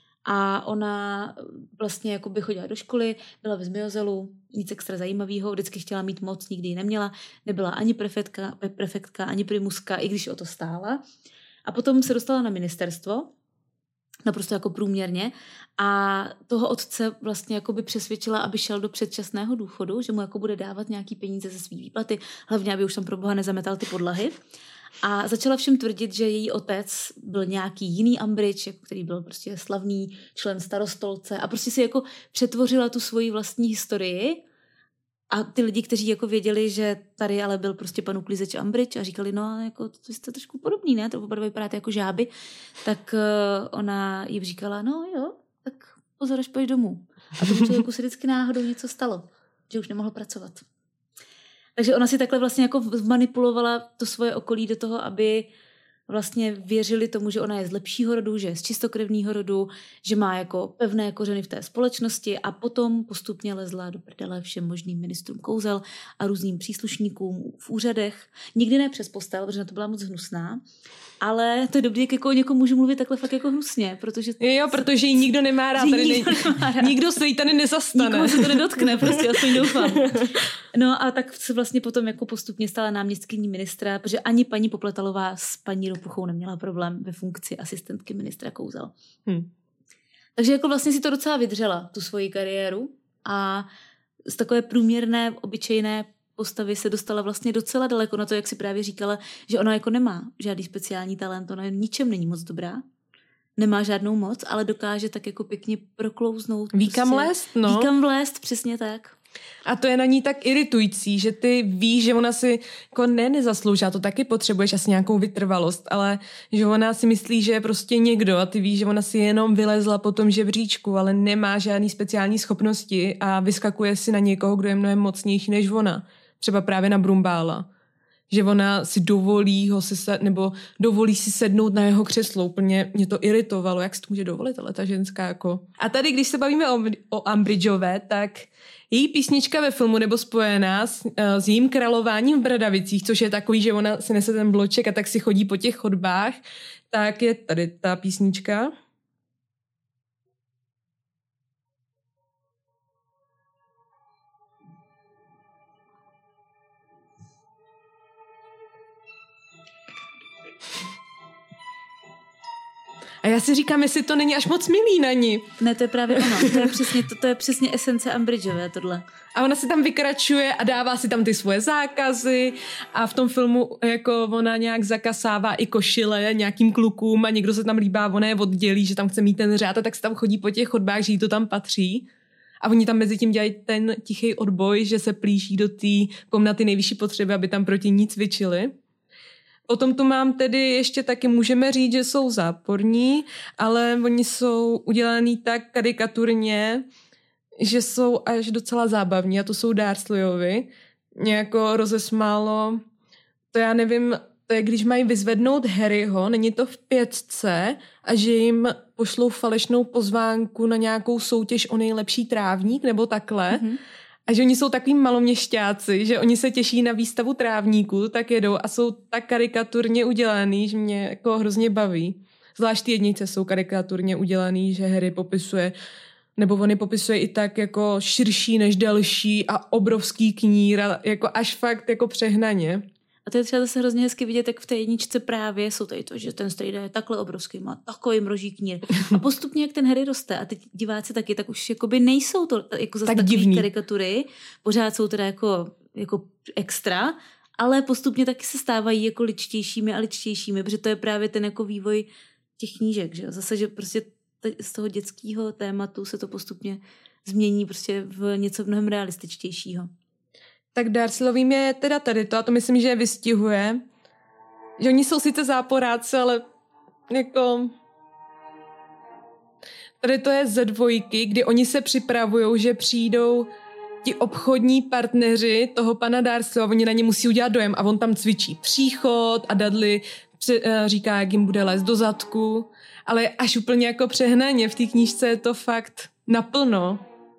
A ona vlastně jako by chodila do školy, byla ve Zmiozelu, nic extra zajímavého, vždycky chtěla mít moc, nikdy ji neměla. Nebyla ani prefektka, prefektka, ani primuska, i když o to stála. A potom se dostala na ministerstvo, naprosto jako průměrně a toho otce vlastně jako by přesvědčila, aby šel do předčasného důchodu, že mu jako bude dávat nějaký peníze ze svý výplaty, hlavně aby už tam pro boha nezametal ty podlahy. A začala všem tvrdit, že její otec byl nějaký jiný Umbridge, jako který byl prostě slavný člen starostolce a prostě si jako přetvořila tu svoji vlastní historii. A ty lidi, kteří jako věděli, že tady ale byl prostě pan uklízeč Umbridge a říkali, no, jako to jste trošku podobný, ne? To oba vypadáte jako žáby. Tak uh, ona jim říkala, no jo, tak pozor, až pojď domů. A tomu člověku se vždycky náhodou něco stalo, že už nemohl pracovat. Takže ona si takhle vlastně jako manipulovala to svoje okolí do toho, aby vlastně věřili tomu, že ona je z lepšího rodu, že je z čistokrevného rodu, že má jako pevné kořeny v té společnosti a potom postupně lezla do prdele všem možným ministrům kouzel a různým příslušníkům v úřadech. Nikdy ne přes postel, protože na to byla moc hnusná, ale to je dobrý, jak jako o někom můžu mluvit takhle fakt jako hnusně, protože... Jo, protože ji nikdo nemá rád, tady nikdo, ne... nemá rád. Nikdo se jí tady nezastane. Nikoho se to nedotkne, prostě aspoň doufám. No a tak se vlastně potom jako postupně stala náměstkyní ministra, protože ani paní Popletalová s paní Ropuchou neměla problém ve funkci asistentky ministra kouzel. Hmm. Takže jako vlastně si to docela vydřela, tu svoji kariéru a z takové průměrné, obyčejné postavy se dostala vlastně docela daleko na to, jak si právě říkala, že ona jako nemá žádný speciální talent, ona ničem není moc dobrá, nemá žádnou moc, ale dokáže tak jako pěkně proklouznout. Ví kam prostě, vlézt, no. Ví kam vlézt, přesně tak. A to je na ní tak iritující, že ty víš, že ona si jako ne nezaslouží, a to taky potřebuješ asi nějakou vytrvalost, ale že ona si myslí, že je prostě někdo a ty víš, že ona si jenom vylezla po tom žebříčku, ale nemá žádný speciální schopnosti a vyskakuje si na někoho, kdo je mnohem mocnější než ona. Třeba právě na Brumbála. Že ona si dovolí ho si sed, nebo dovolí si sednout na jeho křeslo. Úplně mě to iritovalo, jak si to může dovolit, ale ta ženská jako... A tady, když se bavíme o, o Umbridgeové, tak její písnička ve filmu nebo spojená s, s jejím králováním v Bradavicích, což je takový, že ona si nese ten bloček a tak si chodí po těch chodbách, tak je tady ta písnička. A já si říkám, jestli to není až moc milý na ní. Ne, to je právě ono. To je přesně, to, to je přesně esence Umbridgeové, tohle. A ona si tam vykračuje a dává si tam ty svoje zákazy a v tom filmu jako ona nějak zakasává i košile nějakým klukům a někdo se tam líbá, ona je oddělí, že tam chce mít ten řád a tak se tam chodí po těch chodbách, že jí to tam patří. A oni tam mezi tím dělají ten tichý odboj, že se plíží do té komnaty nejvyšší potřeby, aby tam proti ní cvičili. Potom tu mám tedy ještě taky, můžeme říct, že jsou záporní, ale oni jsou udělaný tak karikaturně, že jsou až docela zábavní a to jsou Dursleyovi. Mě jako rozesmálo, to já nevím, to je, když mají vyzvednout Harryho, není to v pětce a že jim pošlou falešnou pozvánku na nějakou soutěž o nejlepší trávník nebo takhle. Mm-hmm. A že oni jsou takový maloměšťáci, že oni se těší na výstavu trávníků, tak jedou a jsou tak karikaturně udělaný, že mě jako hrozně baví. Zvlášť ty jednice jsou karikaturně udělaný, že Harry popisuje, nebo on je popisuje i tak jako širší než delší a obrovský knír, a jako až fakt jako přehnaně. A to je třeba zase hrozně hezky vidět, jak v té jedničce právě jsou tady to, že ten strejda je takhle obrovský, má takový mroží knír. A postupně, jak ten Harry roste, a teď diváci taky, tak už jakoby nejsou to jako zase tak takový divný karikatury, pořád jsou teda jako, jako extra, ale postupně taky se stávají jako ličtějšími a ličtějšími, protože to je právě ten jako vývoj těch knížek, že zase, že prostě z toho dětského tématu se to postupně změní prostě v něco mnohem realističtějšího. Tak Dursleyovým je teda tady to, a to myslím, že je vystihuje, že oni jsou sice záporáci, ale jako... Tady to je ze dvojky, kdy oni se připravujou, že přijdou ti obchodní partneři toho pana Dursleyho, oni na ně musí udělat dojem a on tam cvičí příchod a Dudley při, uh, říká, jak jim bude lézt do zadku, ale až úplně jako přehnaně, v té knížce je to fakt naplno.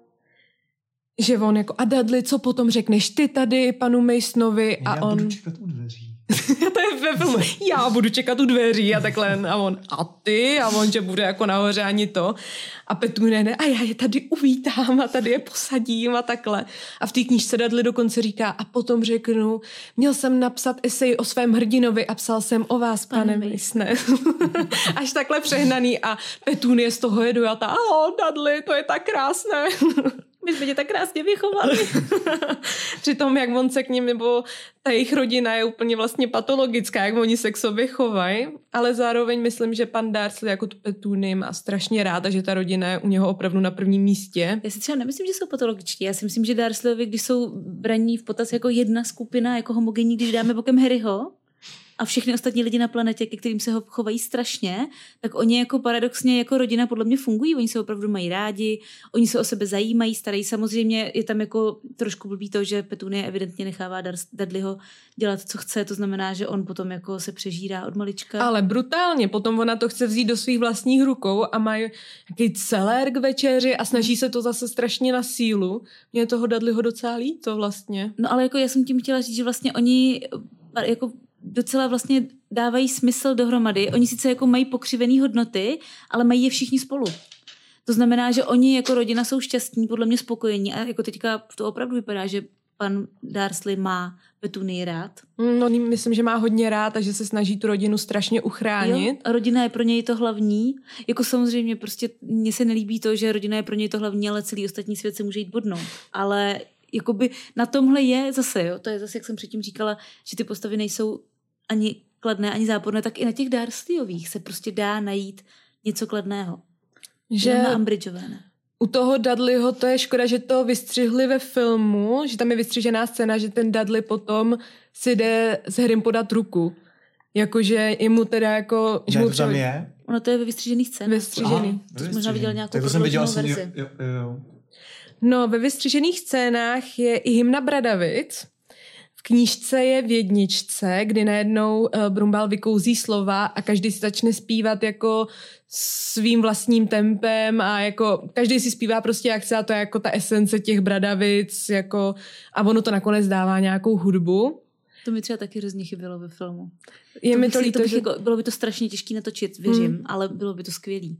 Že on jako, a Dudley, co potom řekneš ty tady panu Masonovi a Já on... budu čekat u dveří. To je ve filmu. Já budu čekat u dveří a takhle. A on, a ty? A on, že bude jako nahoře ani to. A Petunie ne, a já je tady uvítám a tady je posadím a takhle. A v té knížce Dudley dokonce říká, a potom řeknu, měl jsem napsat esej o svém hrdinovi a psal jsem o vás, pane Masone. Až takhle přehnaný a Petunie z toho je dojatá. Oh, Dudley, to je tak krásné. My jsme tě tak krásně vychovali. Přitom, jak on se k ním, nebo ta jejich rodina je úplně vlastně patologická, jak oni se k sobě chovají, ale zároveň myslím, že pan Dursley jako tu Petuni má strašně rád a že ta rodina je u něho opravdu na prvním místě. Já si třeba nemyslím, že jsou patologičtí. Já si myslím, že Dursleyovi, když jsou braní v potaz jako jedna skupina, jako homogenní, když dáme bokem Harryho, a všechny ostatní lidi na planetě, ke kterým se ho chovají strašně, tak oni jako paradoxně jako rodina podle mě fungují. Oni se opravdu mají rádi, oni se o sebe zajímají, starají. Samozřejmě je tam jako trošku blbý to, že Petunie evidentně nechává Dudleyho dělat, co chce. To znamená, že on potom jako se přežírá od malička. Ale brutálně. Potom ona to chce vzít do svých vlastních rukou a mají nějaký celér k večeři a snaží se to zase strašně na sílu. Mě toho Dudleyho docela líto vlastně. No ale jako já jsem tím chtěla říct, že vlastně oni jako docela vlastně dávají smysl dohromady. Oni sice jako mají pokřivený hodnoty, ale mají je všichni spolu. To znamená, že oni jako rodina jsou šťastní, podle mě spokojení a jako teďka to opravdu vypadá, že pan Dursley má Petunii rád. No, myslím, že má hodně rád a že se snaží tu rodinu strašně uchránit. Jo, a rodina je pro něj to hlavní. Jako samozřejmě prostě mně se nelíbí to, že rodina je pro něj to hlavní, ale celý ostatní svět se může jít bodnout. Ale jakoby na tomhle je zase, jo, to je zase, jak jsem předtím říkala, že ty postavy nejsou ani kladné, ani záporné, tak i na těch Dursleyových se prostě dá najít něco kladného. Že na Umbridgeové, ne? U toho Dudleyho to je škoda, že to vystřihli ve filmu, že tam je vystřižená scéna, že ten Dudley potom si jde s Harrym podat ruku. Jakože jemu teda jako... Ne, to tam je? Ono to je ve vystřižených scénách. Vystřižený. To jsi možná viděl nějakou prodlouženou verzi. Jo, jo, jo. No, ve vystřižených scénách je i hymna Bradavic. V knížce je v jedničce, kdy najednou uh, Brumbál vykouzí slova a každý si začne zpívat jako svým vlastním tempem a jako každý si zpívá prostě jak chce a to je jako ta esence těch Bradavic jako, a ono to nakonec dává nějakou hudbu. To mi třeba taky hrozně chybělo ve filmu. Je to mi to líto, to že... jako, bylo by to strašně těžké natočit, věřím, hmm. ale bylo by to skvělý.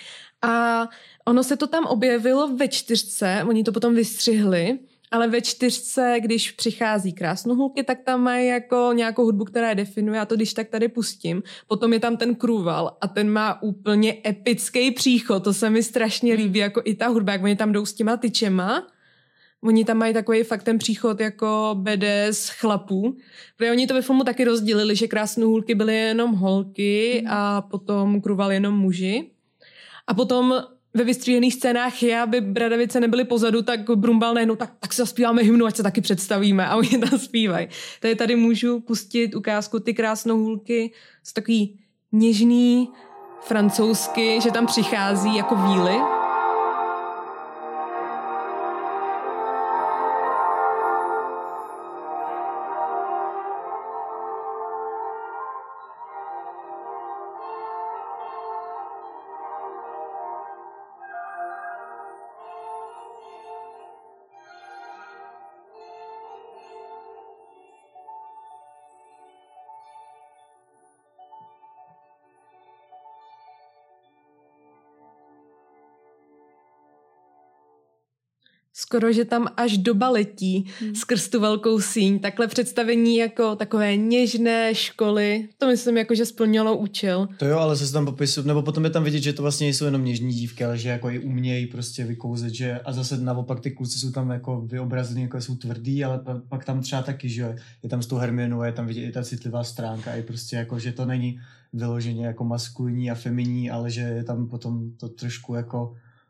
A ono se to tam objevilo ve čtyřce, oni to potom vystřihli, ale ve čtyřce, když přichází Krásnohulky, tak tam mají jako nějakou hudbu, která je definuje, a to když tak tady pustím. Potom je tam ten Krůval a ten má úplně epický příchod, to se mi strašně líbí, jako i ta hudba, jak oni tam jdou s těma tyčema. Oni tam mají takový fakt ten příchod jako badass chlapů. Protože oni to ve filmu taky rozdělili, že Krásnohulky byly jenom holky a potom Krůval jenom muži. A potom ve vystřížených scénách je, aby Bradavice nebyly pozadu, tak Brumbál najednou, tak, tak si zaspíváme hymnu, ať se taky představíme. A oni tam zpívají. Tady tady můžu pustit ukázku Ty Krásnohulky. Jsou takový něžný francouzsky, že tam přichází jako víly. Skoro, že tam až doba letí hmm. skrz tu velkou síň. Takhle představení jako takové něžné školy, to myslím jako, že splnilo účel. To jo, ale se tam popisují, nebo potom je tam vidět, že to vlastně nejsou jenom něžní dívky, ale že jako i umějí prostě vykouzet, že a zase naopak ty kluci jsou tam jako vyobrazení, jako jsou tvrdý, ale pak tam třeba taky, že je tam s tou Hermionou, je tam vidět i ta citlivá stránka, i prostě jako, že to není vyloženě jako maskulinní a feminní, ale že je tam potom to trošku jako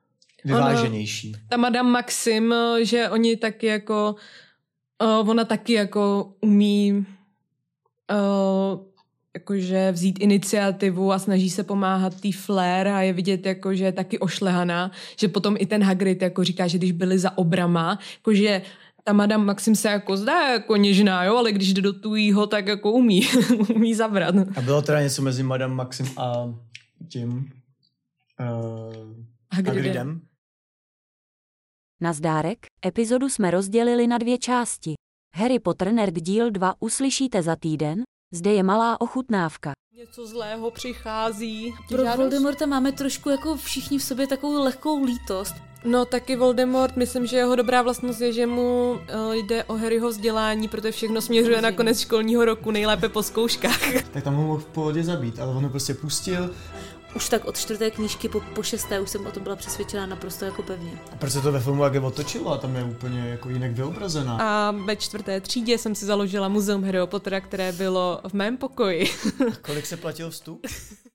vyváženější. Ono, ta Madame Maxim, že oni taky jako, uh, ona taky jako umí uh, jakože vzít iniciativu a snaží se pomáhat tý Fleur a je vidět jako, že je taky ošlehaná, že potom i ten Hagrid jako říká, že když byli za obrama, jakože ta Madame Maxim se jako zdá jako něžná, jo, ale když jde do tujího, tak jako umí, umí zabrat. A bylo teda něco mezi Madame Maxim a tím uh, Hagridem. Hagridem? Nazdárek, epizodu jsme rozdělili na dvě části. Harry Potter Nerd díl dva uslyšíte za týden, zde je malá ochutnávka. Něco zlého přichází. Pro Voldemorta máme trošku jako všichni v sobě takovou lehkou lítost. No taky Voldemort, myslím, že jeho dobrá vlastnost je, že mu uh, jde o Harryho vzdělání, protože všechno směřuje na konec školního roku, nejlépe po zkouškách. Tak tam ho mohl v pohodě zabít, ale on ho prostě pustil. Už tak od čtvrté knížky po, po šesté už jsem o tom byla přesvědčená naprosto jako pevně. A proč se to ve filmu jak otočilo a tam je úplně jako jinak vyobrazená. A ve čtvrté třídě jsem si založila muzeum Harryho Pottera, které bylo v mém pokoji. Kolik se platil vstup?